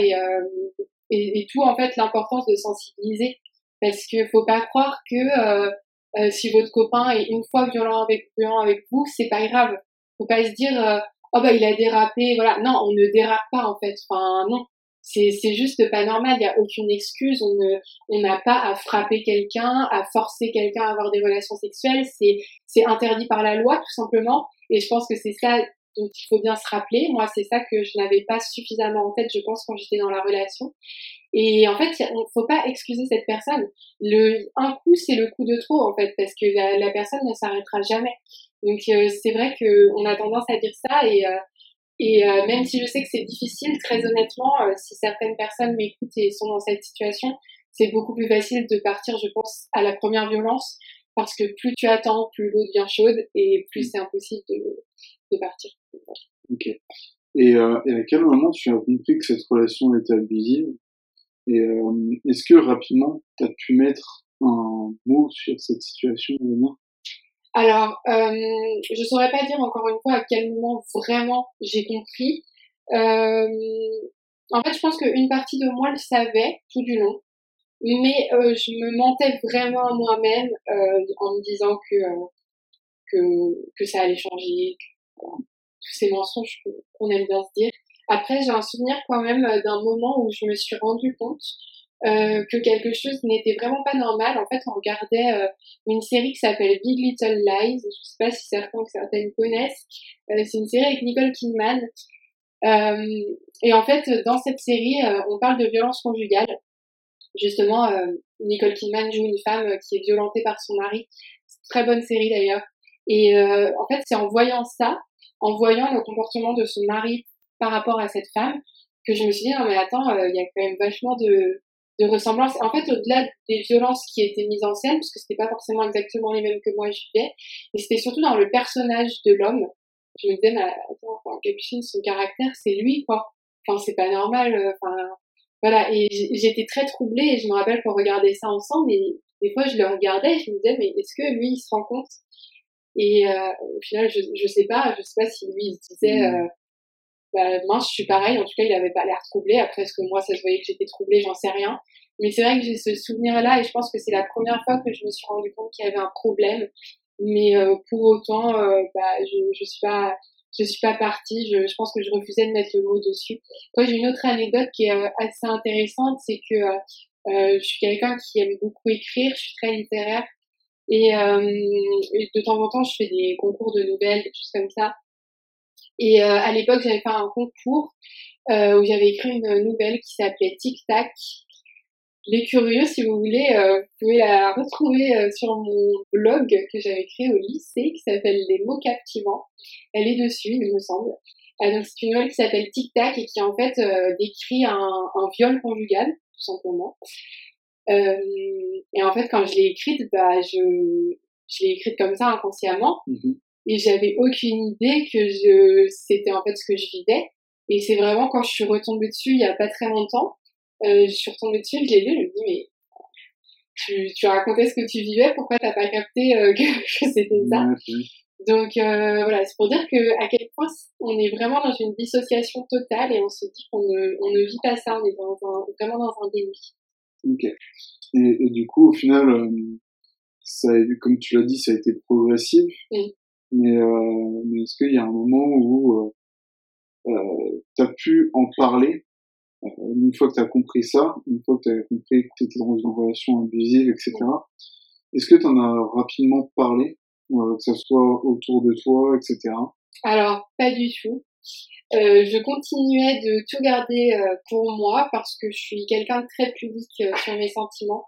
Et tout, en fait, l'importance de sensibiliser. Parce que faut pas croire que si votre copain est une fois violent avec vous, c'est pas grave. Faut pas se dire oh bah il a dérapé, voilà. Non, on ne dérape pas en fait. Enfin non, c'est juste pas normal. Il y a aucune excuse. On n'a pas à frapper quelqu'un, à forcer quelqu'un à avoir des relations sexuelles. C'est interdit par la loi tout simplement. Et je pense que c'est ça dont il faut bien se rappeler. Moi, c'est ça que je n'avais pas suffisamment en tête, je pense, quand j'étais dans la relation. Et en fait, il faut pas excuser cette personne. Un coup, c'est le coup de trop, en fait, parce que la personne ne s'arrêtera jamais. Donc, c'est vrai qu'on a tendance à dire ça même si je sais que c'est difficile, très honnêtement, si certaines personnes m'écoutent et sont dans cette situation, c'est beaucoup plus facile de partir, je pense, à la première violence, parce que plus tu attends, plus l'eau devient chaude et plus c'est impossible de partir. Ok. Et à quel moment tu as compris que cette relation était abusive? Et est-ce que rapidement, tu as pu mettre un mot sur cette situation, Léna? Alors, je saurais pas dire encore une fois à quel moment vraiment j'ai compris. Euh, En fait, je pense qu'une partie de moi le savait tout du long, mais je me mentais vraiment à moi-même en me disant que ça allait changer, voilà, tous ces mensonges qu'on aime bien se dire. Après, j'ai un souvenir quand même d'un moment où je me suis rendu compte que quelque chose n'était vraiment pas normal. En fait, on regardait une série qui s'appelle Big Little Lies. Je sais pas si certains ou certaines connaissent. C'est une série avec Nicole Kidman. Et en fait, dans cette série, on parle de violence conjugale. Justement, Nicole Kidman joue une femme qui est violentée par son mari. C'est une très bonne série d'ailleurs. Et en fait, c'est en voyant ça, en voyant le comportement de son mari par rapport à cette femme, que je me suis dit, non mais attends, il y a quand même vachement de ressemblances. En fait, au-delà des violences qui étaient mises en scène, parce que c'était pas forcément exactement les mêmes que moi je vivais, mais c'était surtout dans le personnage de l'homme. Je me disais, mais attends, enfin, Capucine, son caractère, c'est lui, quoi. Enfin, c'est pas normal, enfin, voilà. Et j'étais très troublée, et je me rappelle qu'on regardait ça ensemble, et des fois, je le regardais, et je me disais, mais est-ce que lui, il se rend compte? Et au final, je sais pas si lui, il se disait, bah, mince, je suis pareil. En tout cas, il avait pas l'air troublé. Après, est-ce que moi, ça se voyait que j'étais troublée, j'en sais rien. Mais c'est vrai que j'ai ce souvenir-là, et je pense que c'est la première fois que je me suis rendu compte qu'il y avait un problème. Mais pour autant, bah, je suis pas partie. Je pense que je refusais de mettre le mot dessus. Moi, j'ai une autre anecdote qui est assez intéressante, c'est que je suis quelqu'un qui aime beaucoup écrire, je suis très littéraire, et de temps en temps, je fais des concours de nouvelles, des choses comme ça. Et à l'époque, j'avais fait un concours où j'avais écrit une nouvelle qui s'appelait Tic Tac. Les curieux, si vous voulez, vous pouvez la retrouver sur mon blog que j'avais créé au lycée, qui s'appelle Les mots captivants. Elle est dessus, il me semble. Donc c'est une nouvelle qui s'appelle Tic Tac et qui en fait décrit un viol conjugal, tout simplement. Et en fait, quand je l'ai écrite, bah je l'ai écrite comme ça inconsciemment. Et j'avais aucune idée que c'était en fait ce que je vivais. Et c'est vraiment quand je suis retombée dessus il y a pas très longtemps, je suis retombée dessus, je l'ai lu, je me dis mais tu racontais ce que tu vivais, pourquoi t'as pas capté que c'était ça? Donc voilà, c'est pour dire que à quel point on est vraiment dans une dissociation totale et on se dit on ne vit pas ça, on est vraiment dans un déni. Ok. Et du coup, au final, comme tu l'as dit, ça a été progressif. Mais est-ce qu'il y a un moment où tu as pu en parler une fois que tu as compris ça, une fois que tu as compris que tu étais dans une relation abusive, etc. Est-ce que tu en as rapidement parlé, que ce soit autour de toi, etc. Alors, pas du tout. Je continuais de tout garder pour moi parce que je suis quelqu'un de très pudique sur mes sentiments.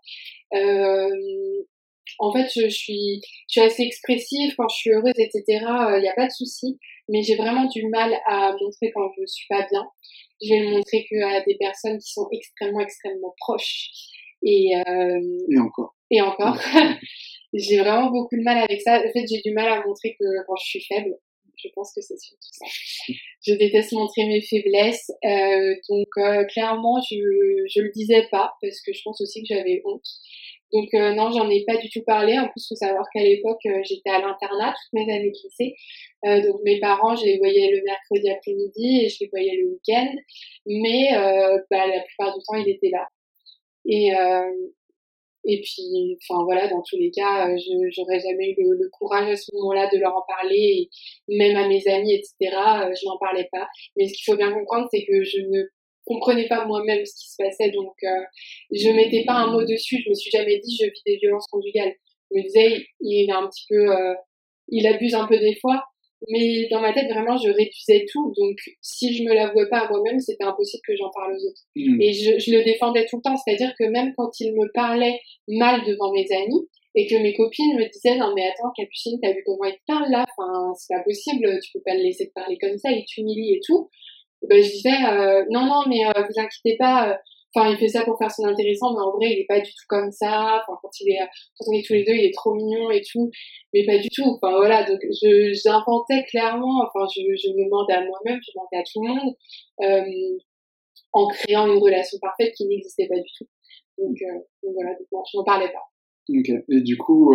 En fait, je suis assez expressive quand je suis heureuse, etc. Il n'y a pas de souci, mais j'ai vraiment du mal à montrer quand je suis pas bien. Je vais le montrer que à des personnes qui sont extrêmement, extrêmement proches. Et encore. Et encore. J'ai vraiment beaucoup de mal avec ça. En fait, j'ai du mal à montrer que quand je suis faible. Je pense que c'est surtout ça. Je déteste montrer mes faiblesses. Donc, clairement, je le disais pas parce que je pense aussi que j'avais honte. Donc, non, j'en ai pas du tout parlé. En plus, faut savoir qu'à l'époque, j'étais à l'internat toutes mes années de lycée. Donc, mes parents, je les voyais le mercredi après-midi et je les voyais le week-end. Mais la plupart du temps, ils étaient là. Et, et puis, enfin voilà, dans tous les cas, j'aurais jamais eu le courage à ce moment-là de leur en parler, et même à mes amis, etc. Je n'en parlais pas. Mais ce qu'il faut bien comprendre, c'est que je ne comprenais pas moi-même ce qui se passait, donc je mettais pas un mot dessus. Je me suis jamais dit je vis des violences conjugales. Je me disais il est un petit peu, il abuse un peu des fois, mais dans ma tête vraiment je réduisais tout. Donc si je me l'avouais pas à moi-même, c'était impossible que j'en parle aux autres. Et je le défendais tout le temps, c'est-à-dire que même quand il me parlait mal devant mes amis et que mes copines me disaient non mais attends Capucine, t'as vu comment il te parle là, enfin c'est pas possible, tu peux pas le laisser te parler comme ça, il t'humilie et tout. Ben je disais non mais vous inquiétez pas, enfin il fait ça pour faire son intéressant, mais en vrai il est pas du tout comme ça, enfin quand on est tous les deux il est trop mignon et tout, mais pas du tout. Enfin voilà, donc j'inventais clairement, enfin je me mentais à moi-même, je mentais à tout le monde, en créant une relation parfaite qui n'existait pas du tout. Donc voilà, donc non, je n'en parlais pas. Ok. Et du coup,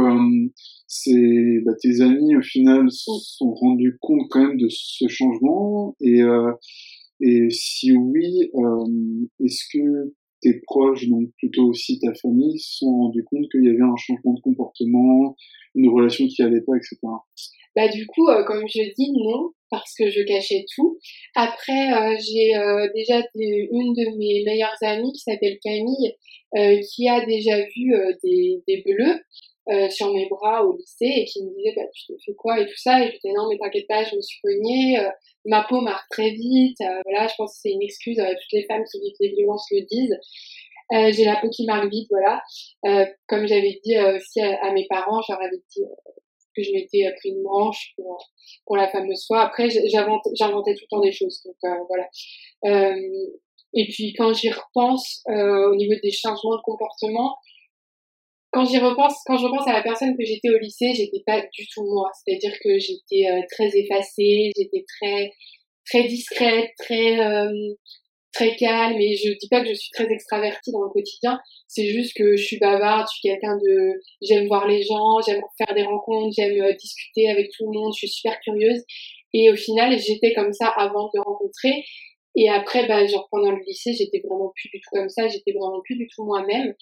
tes amis au final se sont rendus compte quand même de ce changement, et si oui, est-ce que tes proches, donc plutôt aussi ta famille, se sont rendus compte qu'il y avait un changement de comportement, une relation qui allait pas, etc. Bah du coup, comme je dis, non, parce que je cachais tout. Après, j'ai déjà une de mes meilleures amies qui s'appelle Camille, qui a déjà vu des bleus sur mes bras au lycée et qui me disait bah tu te fais quoi et tout ça, et je disais non mais t'inquiète pas, je me suis cognée, ma peau marque très vite, voilà, je pense que c'est une excuse, toutes les femmes qui vivent des violences le disent. J'ai la peau qui marque vite, voilà. Comme j'avais dit aussi à mes parents, je leur avais dit que je m'étais pris une branche pour la fameuse fois. Après, j'inventais tout le temps des choses, donc voilà. Et puis quand j'y repense, au niveau des changements de comportement, quand je repense à la personne que j'étais au lycée, j'étais pas du tout moi. C'est-à-dire que j'étais très effacée, j'étais très très discrète, très calme, et je dis pas que je suis très extravertie dans le quotidien, c'est juste que je suis bavarde, je suis j'aime voir les gens, j'aime faire des rencontres, j'aime discuter avec tout le monde, je suis super curieuse, et au final j'étais comme ça avant de le rencontrer, et après genre pendant le lycée j'étais vraiment plus du tout comme ça, j'étais vraiment plus du tout moi-même.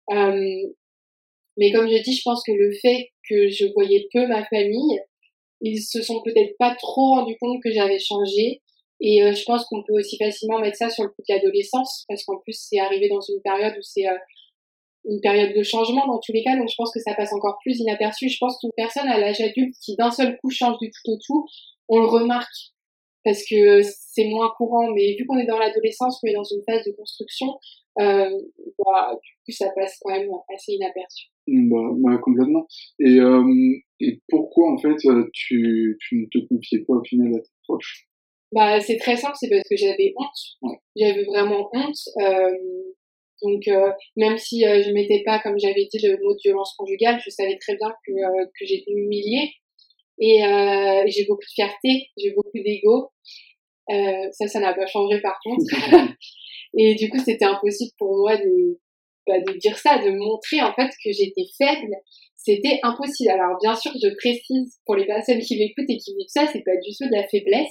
Mais comme je dis, je pense que le fait que je voyais peu ma famille, ils se sont peut-être pas trop rendus compte que j'avais changé. Et je pense qu'on peut aussi facilement mettre ça sur le coup de l'adolescence, parce qu'en plus c'est arrivé dans une période où c'est une période de changement dans tous les cas, donc je pense que ça passe encore plus inaperçu. Je pense qu'une personne à l'âge adulte qui d'un seul coup change du tout au tout, on le remarque parce que c'est moins courant. Mais vu qu'on est dans l'adolescence, qu'on est dans une phase de construction, du coup ça passe quand même assez inaperçu. Complètement. Et pourquoi en fait tu ne te confiais pas au final à tes proches? C'est très simple, c'est parce que j'avais honte. Ouais. J'avais vraiment honte. Donc même si je mettais pas, comme j'avais dit, le mot de violence conjugale, je savais très bien que j'étais humiliée. Et j'ai beaucoup de fierté, j'ai beaucoup d'ego. Ça n'a pas changé par contre. Et du coup, c'était impossible pour moi de dire ça, de montrer en fait que j'étais faible. C'était impossible. Alors bien sûr, je précise pour les personnes qui m'écoutent et qui vivent ça, c'est pas du tout de la faiblesse.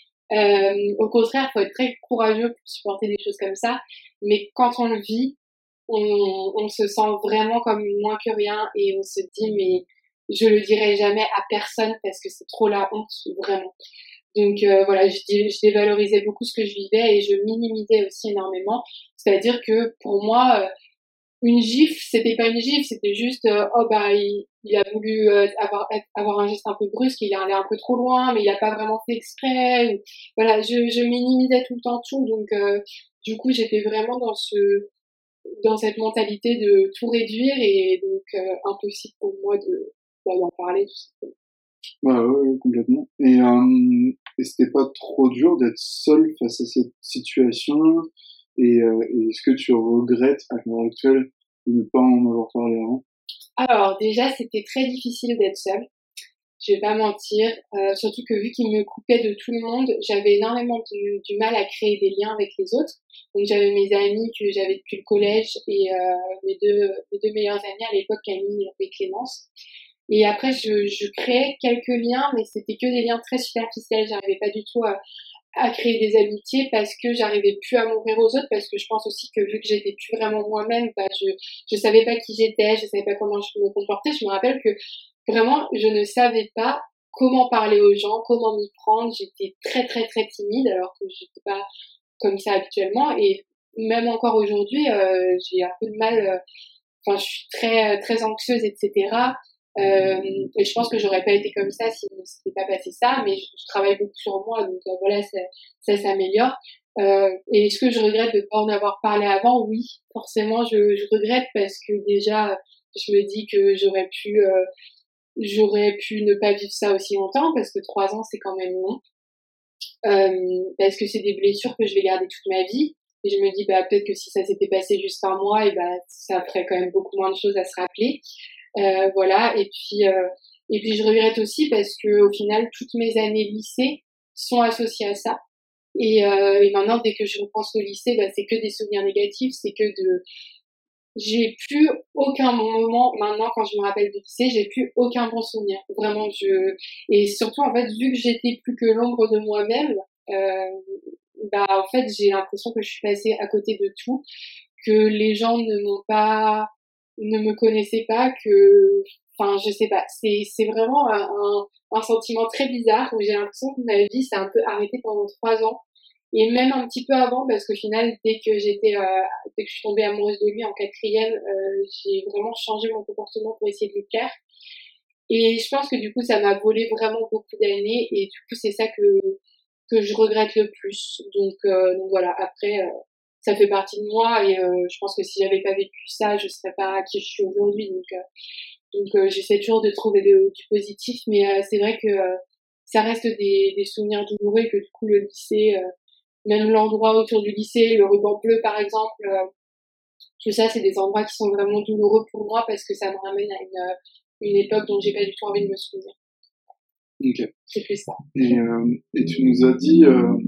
Au contraire, faut être très courageux pour supporter des choses comme ça. Mais quand on le vit, on se sent vraiment comme moins que rien, et on se dit mais je le dirai jamais à personne parce que c'est trop la honte, vraiment. Donc voilà, je dévalorisais beaucoup ce que je vivais et je minimisais aussi énormément. C'est-à-dire que pour moi, une gifle, c'était pas une gifle, c'était juste il a voulu avoir un geste un peu brusque, il est allé un peu trop loin, mais il a pas vraiment fait exprès. Ou, voilà, je minimisais tout le temps tout, donc du coup j'étais vraiment dans cette mentalité de tout réduire, et donc impossible pour moi d'en parler tout simplement. Ouais, complètement. Et c'était pas trop dur d'être seul face à cette situation, et est-ce que tu regrettes à l'heure actuelle de ne pas en avoir parlé avant? Alors déjà, c'était très difficile d'être seule. Je vais pas mentir, surtout que vu qu'il me coupait de tout le monde, j'avais énormément du mal à créer des liens avec les autres. Donc j'avais mes amis que j'avais depuis le collège et mes deux meilleures amies à l'époque, Camille et Clémence. Et après, je créais quelques liens, mais c'était que des liens très superficiels. J'arrivais pas du tout à créer des amitiés parce que j'arrivais plus à m'ouvrir aux autres, parce que je pense aussi que vu que j'étais plus vraiment moi-même, bah je savais pas qui j'étais, je savais pas comment je me comportais. Je me rappelle que vraiment je ne savais pas comment parler aux gens, comment m'y prendre. J'étais très très très timide alors que j'étais pas comme ça habituellement, et même encore aujourd'hui j'ai un peu de mal, enfin je suis très très anxieuse, etc. Et je pense que j'aurais pas été comme ça si ne s'était pas passé ça, mais je travaille beaucoup sur moi, donc voilà, ça s'améliore. Et est-ce que je regrette de pas en avoir parlé avant? Oui, forcément, je regrette, parce que déjà, je me dis que j'aurais pu ne pas vivre ça aussi longtemps, parce que 3 ans, c'est quand même long. Parce que c'est des blessures que je vais garder toute ma vie. Et je me dis, bah, peut-être que si ça s'était passé juste un mois, et bah, ça ferait quand même beaucoup moins de choses à se rappeler. Voilà. Et puis je regrette aussi parce que au final, toutes mes années lycée sont associées à ça. Et maintenant, dès que je repense au lycée, bah, c'est que des souvenirs négatifs, j'ai plus aucun bon moment maintenant quand je me rappelle du lycée, j'ai plus aucun bon souvenir. Vraiment, et surtout en fait, vu que j'étais plus que l'ombre de moi-même, bah en fait, j'ai l'impression que je suis passée à côté de tout, que les gens ne me connaissaient pas, enfin, je sais pas, c'est vraiment un sentiment très bizarre où j'ai l'impression que ma vie s'est un peu arrêtée pendant 3 ans. Et même un petit peu avant, parce qu'au final, dès que je suis tombée amoureuse de lui en quatrième, j'ai vraiment changé mon comportement pour essayer de lui plaire. Et je pense que du coup, ça m'a volé vraiment beaucoup d'années, et du coup, c'est ça que je regrette le plus. Donc voilà, après, ça fait partie de moi, et je pense que si j'avais pas vécu ça, je serais pas qui je suis aujourd'hui. Donc j'essaie toujours de trouver du positif, mais c'est vrai que ça reste des souvenirs douloureux, que du coup, le lycée, même l'endroit autour du lycée, le ruban bleu par exemple, tout ça, c'est des endroits qui sont vraiment douloureux pour moi, parce que ça me ramène à une époque dont j'ai pas du tout envie de me souvenir. Ok. C'est plus ça. Et tu nous as dit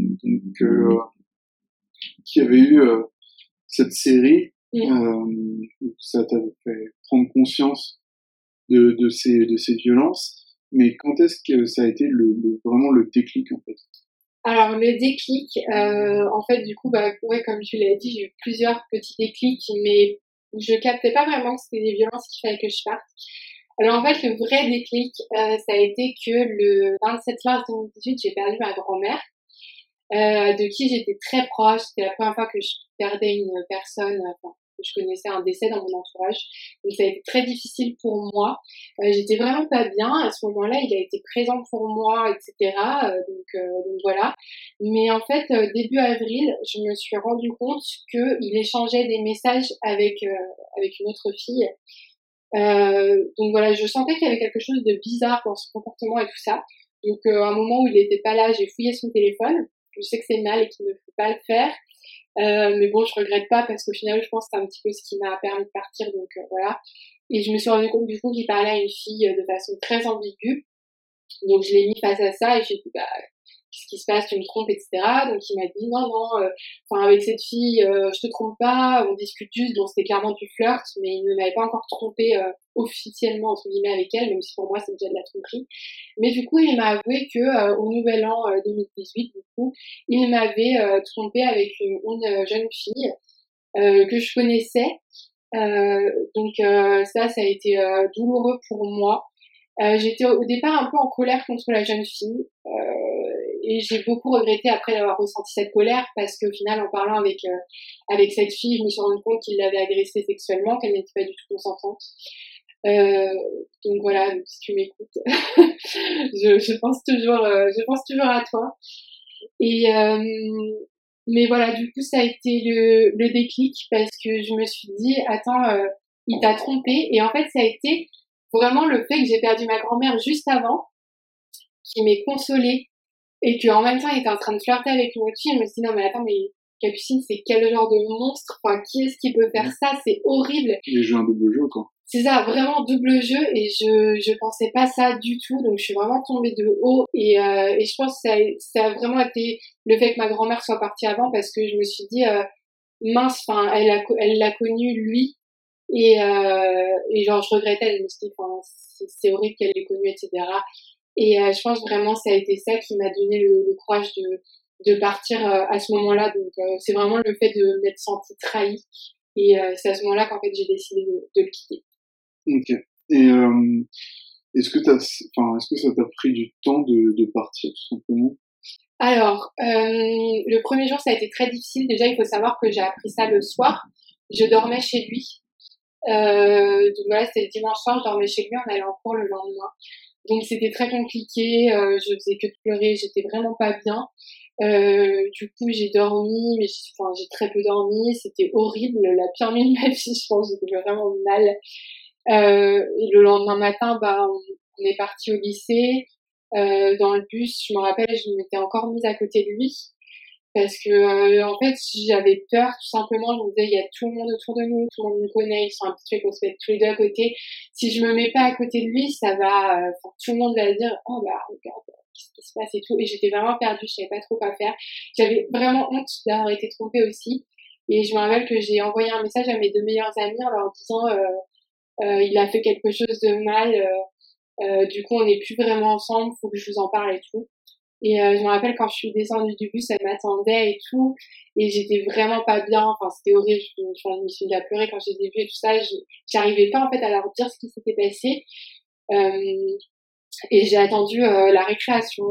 qu'il y avait eu cette série, ça t'a fait prendre conscience de ces violences, mais quand est-ce que ça a été vraiment le déclic en fait? Alors le déclic, en fait du coup, bah ouais, comme tu l'as dit, j'ai eu plusieurs petits déclics, mais je captais pas vraiment que c'était des violences qu'il fallait que je parte. Alors en fait, le vrai déclic, ça a été que le 27 mars 2018, j'ai perdu ma grand-mère, de qui j'étais très proche. C'était la première fois que je perdais une personne, enfin, que je connaissais, un décès dans mon entourage. Donc ça a été très difficile pour moi. J'étais vraiment pas bien. À ce moment-là, il a été présent pour moi, etc. Donc voilà. Mais en fait, début avril, je me suis rendu compte qu'il échangeait des messages avec une autre fille. Donc voilà, je sentais qu'il y avait quelque chose de bizarre dans son comportement et tout ça. Donc à un moment où il n'était pas là, j'ai fouillé son téléphone. Je sais que c'est mal et qu'il ne faut pas le faire. Mais bon, je regrette pas, parce qu'au final, je pense que c'est un petit peu ce qui m'a permis de partir. Donc voilà. Et je me suis rendu compte du coup qu'il parlait à une fille de façon très ambiguë. Donc je l'ai mis face à ça, et j'ai dit, bah, qu'est-ce qui se passe, tu me trompes, etc. Donc il m'a dit, non, non, enfin avec cette fille, je te trompe pas, on discute juste. Donc c'était clairement du flirt, mais il ne m'avait pas encore trompé officiellement, entre guillemets, avec elle, même si pour moi c'est déjà de la tromperie. Mais du coup, il m'a avoué que au nouvel an 2018, du coup, il m'avait trompé avec une jeune fille que je connaissais. Donc ça a été douloureux pour moi. J'étais au départ un peu en colère contre la jeune fille, et j'ai beaucoup regretté après d'avoir ressenti cette colère, parce qu'au final, en parlant avec cette fille, je me suis rendu compte qu'il l'avait agressée sexuellement, qu'elle n'était pas du tout consentante. Donc voilà, si tu m'écoutes, je pense toujours à toi. Et mais voilà, du coup, ça a été le déclic, parce que je me suis dit, attends, il t'a trompé. Et en fait, ça a été vraiment le fait que j'ai perdu ma grand-mère juste avant, qui m'est consolée, et qu'en même temps, il était en train de flirter avec une autre fille. Je me suis dit, non, mais attends, mais Capucine, c'est quel genre de monstre? Enfin, qui est-ce qui peut faire ça? C'est horrible. Il a joué un double jeu, quoi. C'est ça, vraiment double jeu et je pensais pas ça du tout, donc je suis vraiment tombée de haut et je pense que ça a vraiment été le fait que ma grand-mère soit partie avant parce que je me suis dit mince, enfin elle l'a connu lui et genre je regrettais, je me suis dit enfin c'est horrible qu'elle l'ait connu etc. Et je pense vraiment ça a été ça qui m'a donné le courage de partir à ce moment-là, donc c'est vraiment le fait de m'être sentie trahie et c'est à ce moment-là qu'en fait j'ai décidé de le quitter. Ok. Et est-ce que ça t'a pris du temps de partir tout simplement? Alors, le premier jour, ça a été très difficile. Déjà, il faut savoir que j'ai appris ça le soir. Je dormais chez lui. Donc voilà, c'était le dimanche soir, je dormais chez lui, on allait en cours le lendemain. Donc c'était très compliqué, je faisais que de pleurer, j'étais vraiment pas bien. Du coup, j'ai dormi, mais j'ai très peu dormi, c'était horrible, la pire nuit de ma vie, je pense, j'étais vraiment mal. Et le lendemain matin, on est parti au lycée. Dans le bus, je me rappelle, je m'étais encore mise à côté de lui parce que en fait, j'avais peur tout simplement. Je me disais, il y a tout le monde autour de nous, tout le monde nous connaît, ils sont habitués qu'on se mette tous les deux à côté. Si je me mets pas à côté de lui, ça va, tout le monde va dire, oh bah regarde, qu'est-ce qui se passe et tout. Et j'étais vraiment perdue, je savais pas trop quoi faire. J'avais vraiment honte d'avoir été trompée aussi. Et je me rappelle que j'ai envoyé un message à mes deux meilleures amies en leur disant il a fait quelque chose de mal, du coup on n'est plus vraiment ensemble, faut que je vous en parle et tout. Et je me rappelle quand je suis descendue du bus, elle m'attendait et tout, et j'étais vraiment pas bien, enfin c'était horrible, je me suis mis à pleurer quand je les ai vus et tout ça, j'arrivais pas en fait à leur dire ce qui s'était passé, et j'ai attendu la récréation,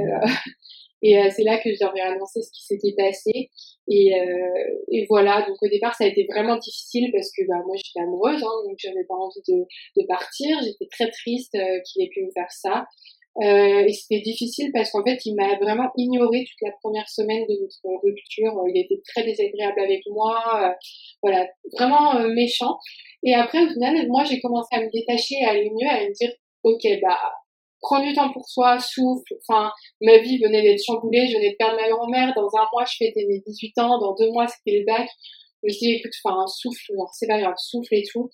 et c'est là que je leur ai annoncé ce qui s'était passé. Et voilà, donc au départ, ça a été vraiment difficile parce que moi, j'étais amoureuse, hein, donc j'avais pas envie de partir. J'étais très triste qu'il ait pu me faire ça. Et c'était difficile parce qu'en fait, il m'a vraiment ignorée toute la première semaine de notre rupture. Il était très désagréable avec moi. Voilà, vraiment méchant. Et après, au final, moi, j'ai commencé à me détacher, à aller mieux, à me dire, ok, prends du temps pour soi, souffle. Enfin, ma vie venait d'être chamboulée, je venais de perdre ma grand-mère. Dans un mois, je fêtais mes 18 ans. Dans 2 mois, c'était le bac. Je me dis, écoute, enfin, souffle, genre, c'est pas grave, souffle et tout.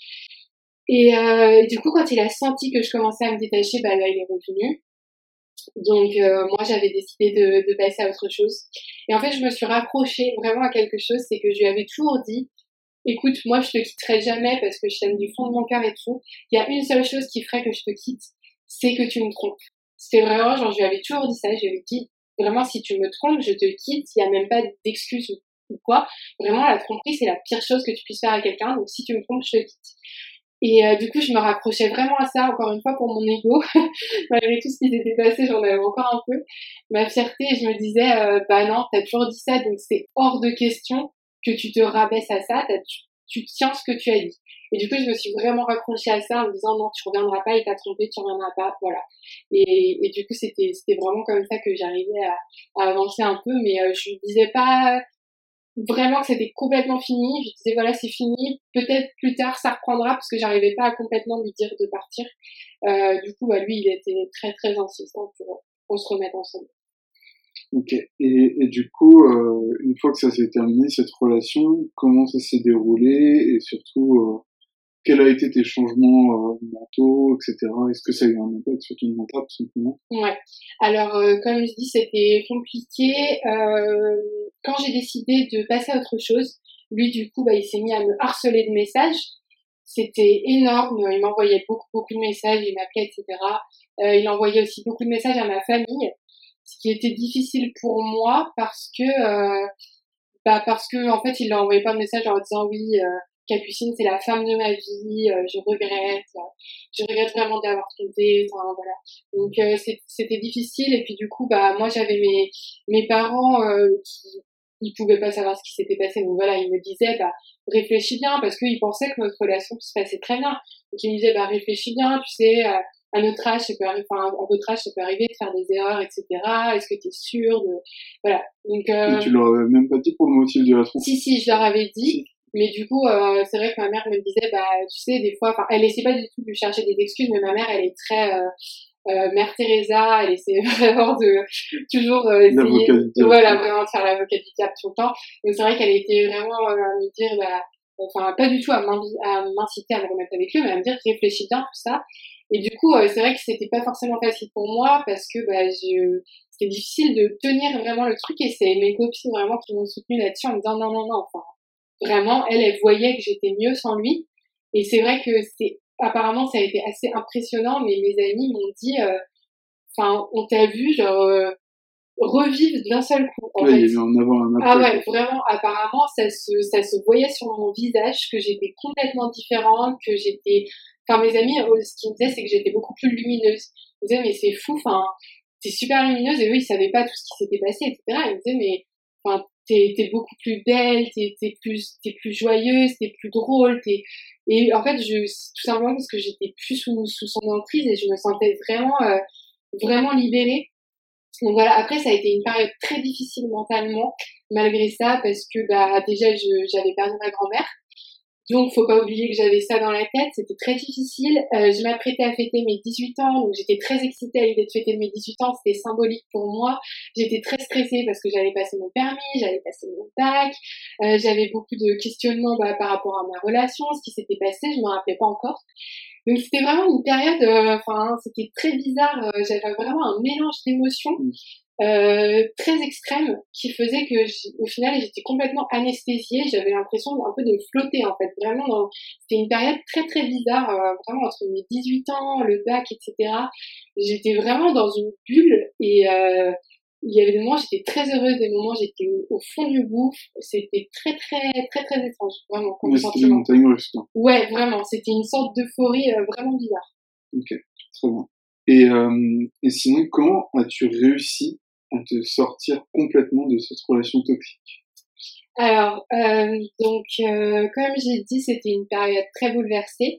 Et du coup, quand il a senti que je commençais à me détacher, là, il est revenu. Donc, moi, j'avais décidé de passer à autre chose. Et en fait, je me suis raccrochée vraiment à quelque chose, c'est que je lui avais toujours dit, écoute, moi, je te quitterai jamais parce que je t'aime du fond de mon cœur et tout. Il y a une seule chose qui ferait que je te quitte, c'est que tu me trompes. C'était vraiment, genre, je lui avais toujours dit ça, je lui avais dit, vraiment, si tu me trompes, je te quitte, il n'y a même pas d'excuse ou quoi. Vraiment, la tromperie, c'est la pire chose que tu puisses faire à quelqu'un, donc si tu me trompes, je te quitte. Et du coup, je me raccrochais vraiment à ça, encore une fois, pour mon ego. Malgré tout ce qui s'était passé, j'en avais encore un peu. Ma fierté, je me disais, bah non, t'as toujours dit ça, donc c'est hors de question que tu te rabaisses à ça, tu tiens ce que tu as dit. Et du coup, je me suis vraiment raccrochée à ça en me disant, non, tu reviendras pas, il t'a trompé, tu reviendras pas, voilà. Et du coup, c'était vraiment comme ça que j'arrivais à avancer un peu, mais je lui disais pas vraiment que c'était complètement fini. Je disais voilà, c'est fini. Peut-être plus tard ça reprendra parce que j'arrivais pas à complètement lui dire de partir. Du coup, lui, il était très très insistant pour qu'on se remette ensemble. Ok. Et du coup, une fois que ça s'est terminé, cette relation, comment ça s'est déroulé et surtout, quels ont été tes changements mentaux, etc. Est-ce que ça a eu un impact sur ton mental, tout simplement? Ouais. Alors, comme je dis, c'était compliqué. Quand j'ai décidé de passer à autre chose, lui, du coup, il s'est mis à me harceler de messages. C'était énorme. Il m'envoyait beaucoup, beaucoup de messages, il m'appelait, etc. Il envoyait aussi beaucoup de messages à ma famille, ce qui était difficile pour moi parce que en fait, il leur envoyait pas de message en disant oui, Capucine, c'est la femme de ma vie, je regrette vraiment d'avoir trompé, enfin voilà. Donc c'était difficile et puis du coup moi j'avais mes parents qui ils pouvaient pas savoir ce qui s'était passé, donc voilà, ils me disaient réfléchis bien parce qu'ils pensaient que notre relation se passait très bien. Donc ils me disaient réfléchis bien, tu sais à notre âge, ça peut arriver, enfin, à votre âge, ça peut arriver de faire des erreurs, etc. Est-ce que tu es sûr de, voilà. Donc, et tu leur avais même pas dit pour le motif de la tromperie? Si, je leur avais dit. Mais du coup, c'est vrai que ma mère me disait, tu sais, des fois, enfin, elle essaie pas du tout de lui chercher des excuses, mais ma mère, elle est très, Mère Teresa, elle essaie vraiment de toujours essayer, voilà, vraiment de faire l'avocat du diable tout le temps. Donc c'est vrai qu'elle était vraiment à me dire, enfin pas du tout à m'inciter à me remettre avec eux, mais à me dire réfléchis bien tout ça. Et du coup, c'est vrai que c'était pas forcément facile pour moi parce que c'était difficile de tenir vraiment le truc et c'est mes copines vraiment qui m'ont soutenue là-dessus en me disant non non non, enfin vraiment elle voyait que j'étais mieux sans lui. Et c'est vrai que apparemment ça a été assez impressionnant, mais mes amis m'ont dit enfin on t'a vu genre revivre d'un seul coup en fait. Il y a eu un avant, un après. Ah ouais, vraiment, apparemment, ça se voyait sur mon visage que j'étais complètement différente, que j'étais, enfin, mes amis, ce qu'ils me disaient, c'est que j'étais beaucoup plus lumineuse. Ils me disaient, mais c'est fou, enfin, t'es super lumineuse, et eux, ils savaient pas tout ce qui s'était passé, etc. Ils me disaient, mais, enfin, t'es beaucoup plus belle, t'es plus joyeuse, t'es plus drôle, et en fait, tout simplement parce que j'étais plus sous son emprise et je me sentais vraiment libérée. Donc voilà, après ça a été une période très difficile mentalement, malgré ça, parce que déjà j'avais perdu ma grand-mère. Donc faut pas oublier que j'avais ça dans la tête, c'était très difficile. Je m'apprêtais à fêter mes 18 ans, donc j'étais très excitée à l'idée de fêter mes 18 ans, c'était symbolique pour moi. J'étais très stressée parce que j'allais passer mon permis, j'allais passer mon bac. J'avais beaucoup de questionnements par rapport à ma relation, ce qui s'était passé, je me rappelais pas encore. Donc c'était vraiment une période, c'était très bizarre. J'avais vraiment un mélange d'émotions très extrême qui faisait que au final j'étais complètement anesthésiée. J'avais l'impression un peu de flotter en fait. Vraiment, c'était une période très très bizarre. Vraiment entre mes 18 ans, le bac, etc. J'étais vraiment dans une bulle et il y avait des moments j'étais très heureuse, des moments j'étais au fond du gouffre. C'était très très très très étrange, vraiment comme sentiment. C'était les montagnes russes, quoi. Ouais, vraiment. C'était une sorte d'euphorie vraiment bizarre. Ok, très bien. Et sinon, comment as-tu réussi à te sortir complètement de cette relation toxique? Alors, comme j'ai dit, c'était une période très bouleversée.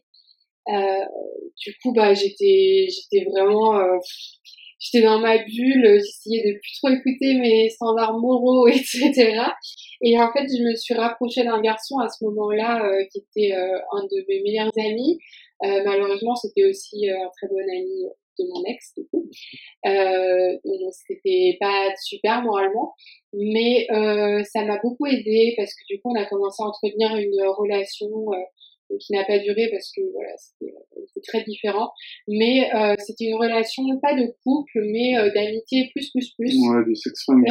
Du coup, j'étais vraiment, j'étais dans ma bulle, j'essayais de plus trop écouter mes standards moraux, etc. Et en fait, je me suis rapprochée d'un garçon à ce moment-là, qui était un de mes meilleurs amis. Malheureusement, c'était aussi un très bon ami de mon ex, du coup. Donc c'était pas super moralement, mais ça m'a beaucoup aidée parce que du coup, on a commencé à entretenir une relation qui n'a pas duré parce que voilà, c'était très différent. Mais c'était une relation pas de couple, mais d'amitié plus. Ouais, de sexe friendly.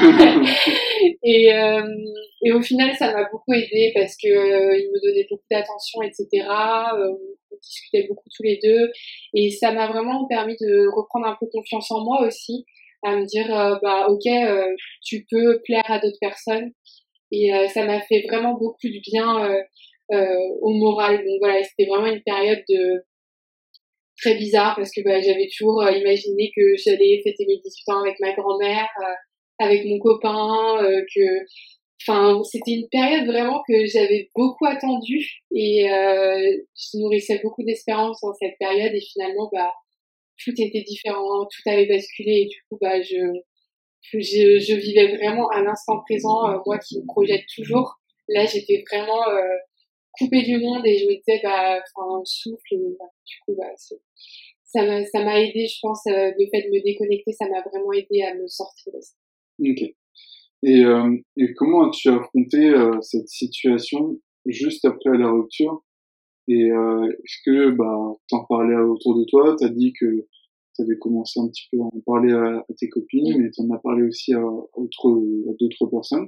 Et au final, ça m'a beaucoup aidée parce que il me donnait beaucoup d'attention, etc. On discutait beaucoup tous les deux, et ça m'a vraiment permis de reprendre un peu confiance en moi aussi, à me dire ok, tu peux plaire à d'autres personnes, et ça m'a fait vraiment beaucoup de bien au moral. Donc voilà, c'était vraiment une période très bizarre parce que j'avais toujours imaginé que j'allais fêter mes 18 ans avec ma grand-mère, avec mon copain, c'était une période vraiment que j'avais beaucoup attendue, et je nourrissais beaucoup d'espérance dans cette période, et finalement tout était différent, tout avait basculé, et du coup je vivais vraiment à l'instant présent, moi qui me projette toujours. Là, j'étais vraiment coupée du monde, et je me disais souffle, et du coup ça m'a aidé, je pense, le fait de me déconnecter, ça m'a vraiment aidé à me sortir de ça. Ok. Et comment as-tu affronté cette situation juste après la rupture? Et est-ce que t'en parlais autour de toi? T'as dit que t'avais commencé un petit peu à en parler à tes copines, mais t'en as parlé aussi à d'autres personnes?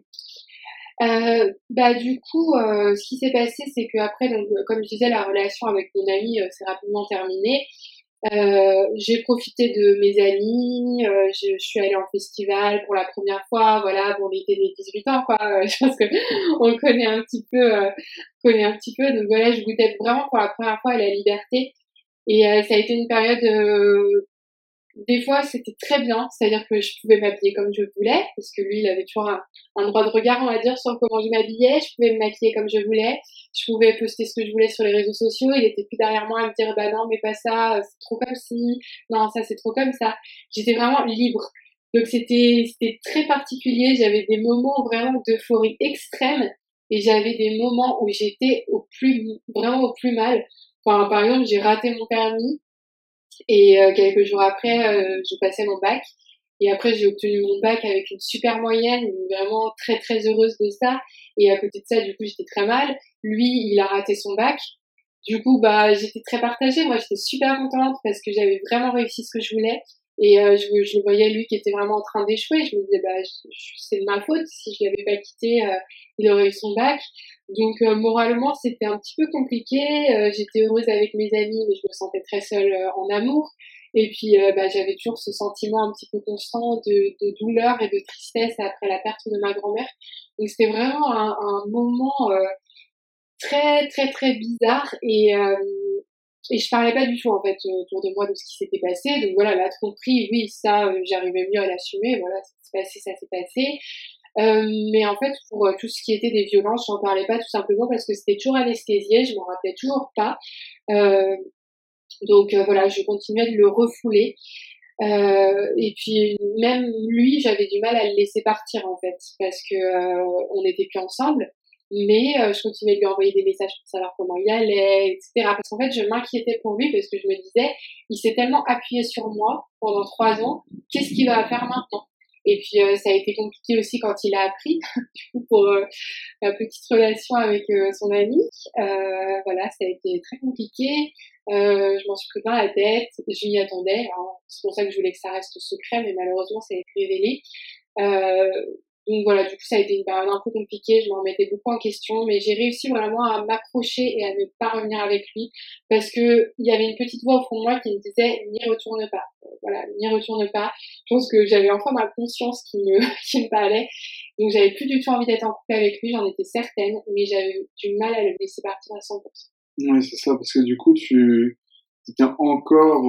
Du coup, ce qui s'est passé, c'est que après, donc, comme je disais, la relation avec mon ami s'est rapidement terminée. J'ai profité de mes amis, je suis allée en festival pour la première fois, voilà, bon, l'été des 18 ans, quoi. Je pense que on connaît un petit peu, donc voilà, je goûtais vraiment pour la première fois à la liberté, et ça a été une période des fois, c'était très bien, c'est-à-dire que je pouvais m'habiller comme je voulais, parce que lui, il avait toujours un droit de regard, on va dire, sur comment je m'habillais. Je pouvais me maquiller comme je voulais, je pouvais poster ce que je voulais sur les réseaux sociaux. Il était plus derrière moi à me dire, non, mais pas ça, c'est trop comme ci, non, ça, c'est trop comme ça. J'étais vraiment libre. Donc c'était très particulier. J'avais des moments vraiment d'euphorie extrême, et j'avais des moments où j'étais vraiment au plus mal. Enfin, par exemple, j'ai raté mon permis, et quelques jours après, je passais mon bac, Et après, j'ai obtenu mon bac avec une super moyenne, vraiment très très heureuse de ça. Et à côté de ça, du coup, j'étais très mal. Lui, il a raté son bac. Du coup, j'étais très partagée. Moi, j'étais super contente parce que j'avais vraiment réussi ce que je voulais. Et je le voyais, lui, qui était vraiment en train d'échouer. Je me disais, c'est de ma faute. Si je l'avais pas quitté, il aurait eu son bac. Donc, moralement, c'était un petit peu compliqué. J'étais heureuse avec mes amis, mais je me sentais très seule en amour. Et puis, j'avais toujours ce sentiment un petit peu constant de douleur et de tristesse après la perte de ma grand-mère. Donc, c'était vraiment un moment très très très bizarre et je parlais pas du tout en fait autour de moi de ce qui s'était passé. Donc voilà, la tromperie, oui, ça j'arrivais mieux à l'assumer. Voilà, ça s'est passé. Mais en fait, pour tout ce qui était des violences, j'en parlais pas tout simplement parce que c'était toujours anesthésié, je m'en rappelais toujours pas. Donc voilà, je continuais de le refouler. Et puis même lui, j'avais du mal à le laisser partir en fait parce que on n'était plus ensemble. Mais je continuais de lui envoyer des messages pour savoir comment il allait, etc. Parce qu'en fait, je m'inquiétais pour lui parce que je me disais, il s'est tellement appuyé sur moi pendant 3 ans, qu'est-ce qu'il va faire maintenant? Et puis ça a été compliqué aussi quand il a appris, du coup pour la petite relation avec son ami. Voilà, ça a été très compliqué. Je m'en suis pris plein la tête, je m'y attendais. Alors, c'est pour ça que je voulais que ça reste secret, mais malheureusement, ça a été révélé. Donc voilà, du coup, ça a été une période un peu compliquée, je m'en remettais beaucoup en question, mais j'ai réussi vraiment à m'accrocher et à ne pas revenir avec lui, parce que il y avait une petite voix au fond de moi qui me disait, n'y retourne pas. Voilà, n'y retourne pas. Je pense que j'avais enfin ma conscience qui me parlait. Donc j'avais plus du tout envie d'être en couple avec lui, j'en étais certaine, mais j'avais du mal à le laisser partir à 100%. Oui, c'est ça, parce que du coup, tu étais encore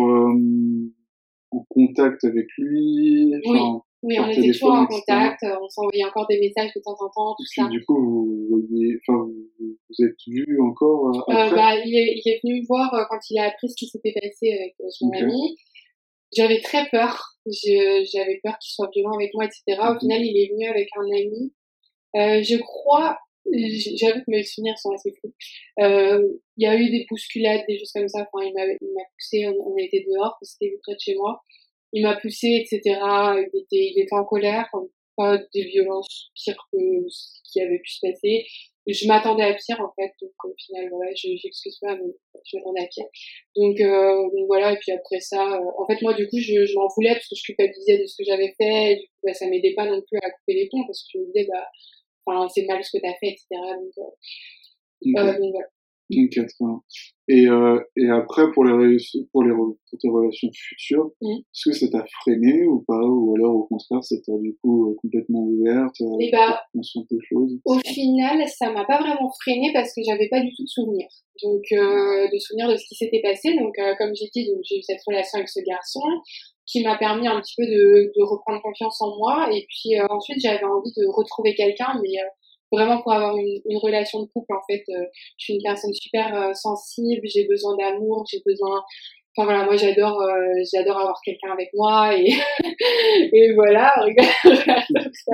en contact avec lui, Oui, enfin, oui, on par était toujours téléphone, en etc. contact, on s'envoyait encore des messages de temps en temps, tout Et puis ça. du coup, vous êtes vus encore après? Il est venu me voir quand il a appris ce qui s'était passé avec son Ok. ami. J'avais très peur. J'avais peur qu'il soit violent avec moi, etc. Au final, il est venu avec un ami. Je crois, j'avoue que mes souvenirs sont assez flous. Il y a eu des bousculades, des choses comme ça. Enfin, il m'a poussé. On était dehors, parce que c'était près de chez moi. Il m'a poussé, etc. Il était en colère. Pas des violences pires que ce qui avait pu se passer. Je m'attendais à pire, en fait. Donc, au final, voilà, j'excuse pas, mais je m'attendais à pire. Donc voilà. Et puis après ça, en fait, moi, du coup, je m'en voulais parce que je culpabilisais de ce que j'avais fait. Et du coup, ça m'aidait pas non plus à couper les ponts parce que je me disais, enfin, c'est mal ce que t'as fait, etc. Ok. Donc voilà. Ok, très bien. Et après, pour tes relations futures, est-ce que ça t'a freiné ou pas? Ou alors, au contraire, ça t'a du coup complètement ouverte, Et conscience des choses, au etc. final, ça m'a pas vraiment freinée parce que j'avais pas du tout de souvenirs. Donc, de souvenirs de ce qui s'était passé. Donc, comme j'ai dit, donc, j'ai eu cette relation avec ce garçon qui m'a permis un petit peu de reprendre confiance en moi. Et puis, ensuite, j'avais envie de retrouver quelqu'un, mais vraiment pour avoir une relation de couple, en fait. Je suis une personne super sensible, j'ai besoin d'amour, j'ai besoin... Enfin voilà, moi j'adore avoir quelqu'un avec moi et et voilà, regarde,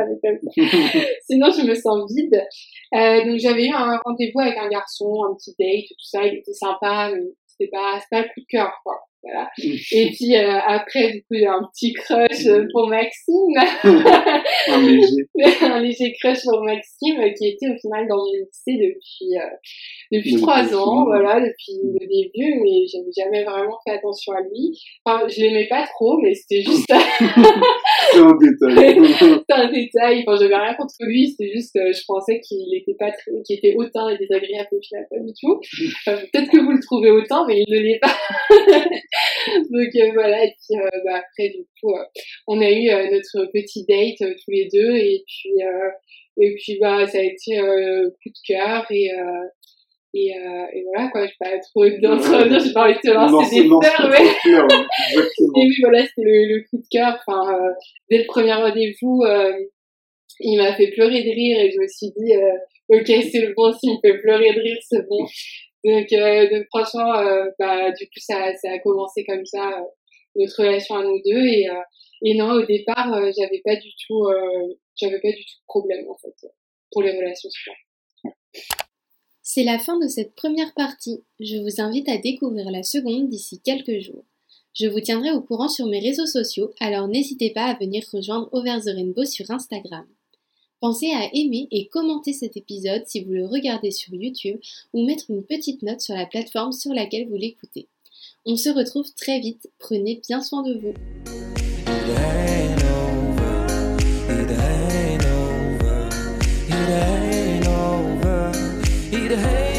sinon je me sens vide. Donc j'avais eu un rendez-vous avec un garçon, un petit date, tout ça, il était sympa, mais c'est pas le coup de cœur, quoi. Voilà. Et puis après, du coup, j'ai un petit crush pour Maxime. Un léger. Un léger crush pour Maxime qui était au final dans mon lycée depuis 3 ans, voilà, depuis le début, mais j'avais jamais vraiment fait attention à lui. Enfin, je l'aimais pas trop, mais c'était juste C'est un détail. c'est un détail. Enfin, j'avais rien contre lui, c'était juste, je pensais qu'il était hautain et désagréable au final, pas du tout. Peut-être que vous le trouvez hautain, mais il ne l'est pas. Donc voilà, et puis après, du coup, on a eu notre petit date tous les deux, et puis ça a été coup de cœur, et voilà, quoi, j'ai pas trop d'autres dire, j'ai pas envie de te lancer des fleurs, mais... Et oui, voilà, c'était le coup de cœur. Enfin, dès le premier rendez-vous, il m'a fait pleurer de rire et je me suis dit, ok, c'est le bon, s'il me fait pleurer de rire, c'est bon. Donc franchement, du coup, ça a commencé comme ça, notre relation à nous deux. Et non, au départ, j'avais pas du tout de problème, en fait, pour les relations sexuelles. C'est la fin de cette première partie. Je vous invite à découvrir la seconde d'ici quelques jours. Je vous tiendrai au courant sur mes réseaux sociaux, alors n'hésitez pas à venir rejoindre Over the Rainbow sur Instagram. Pensez à aimer et commenter cet épisode si vous le regardez sur YouTube ou mettre une petite note sur la plateforme sur laquelle vous l'écoutez. On se retrouve très vite, prenez bien soin de vous. It ain't over.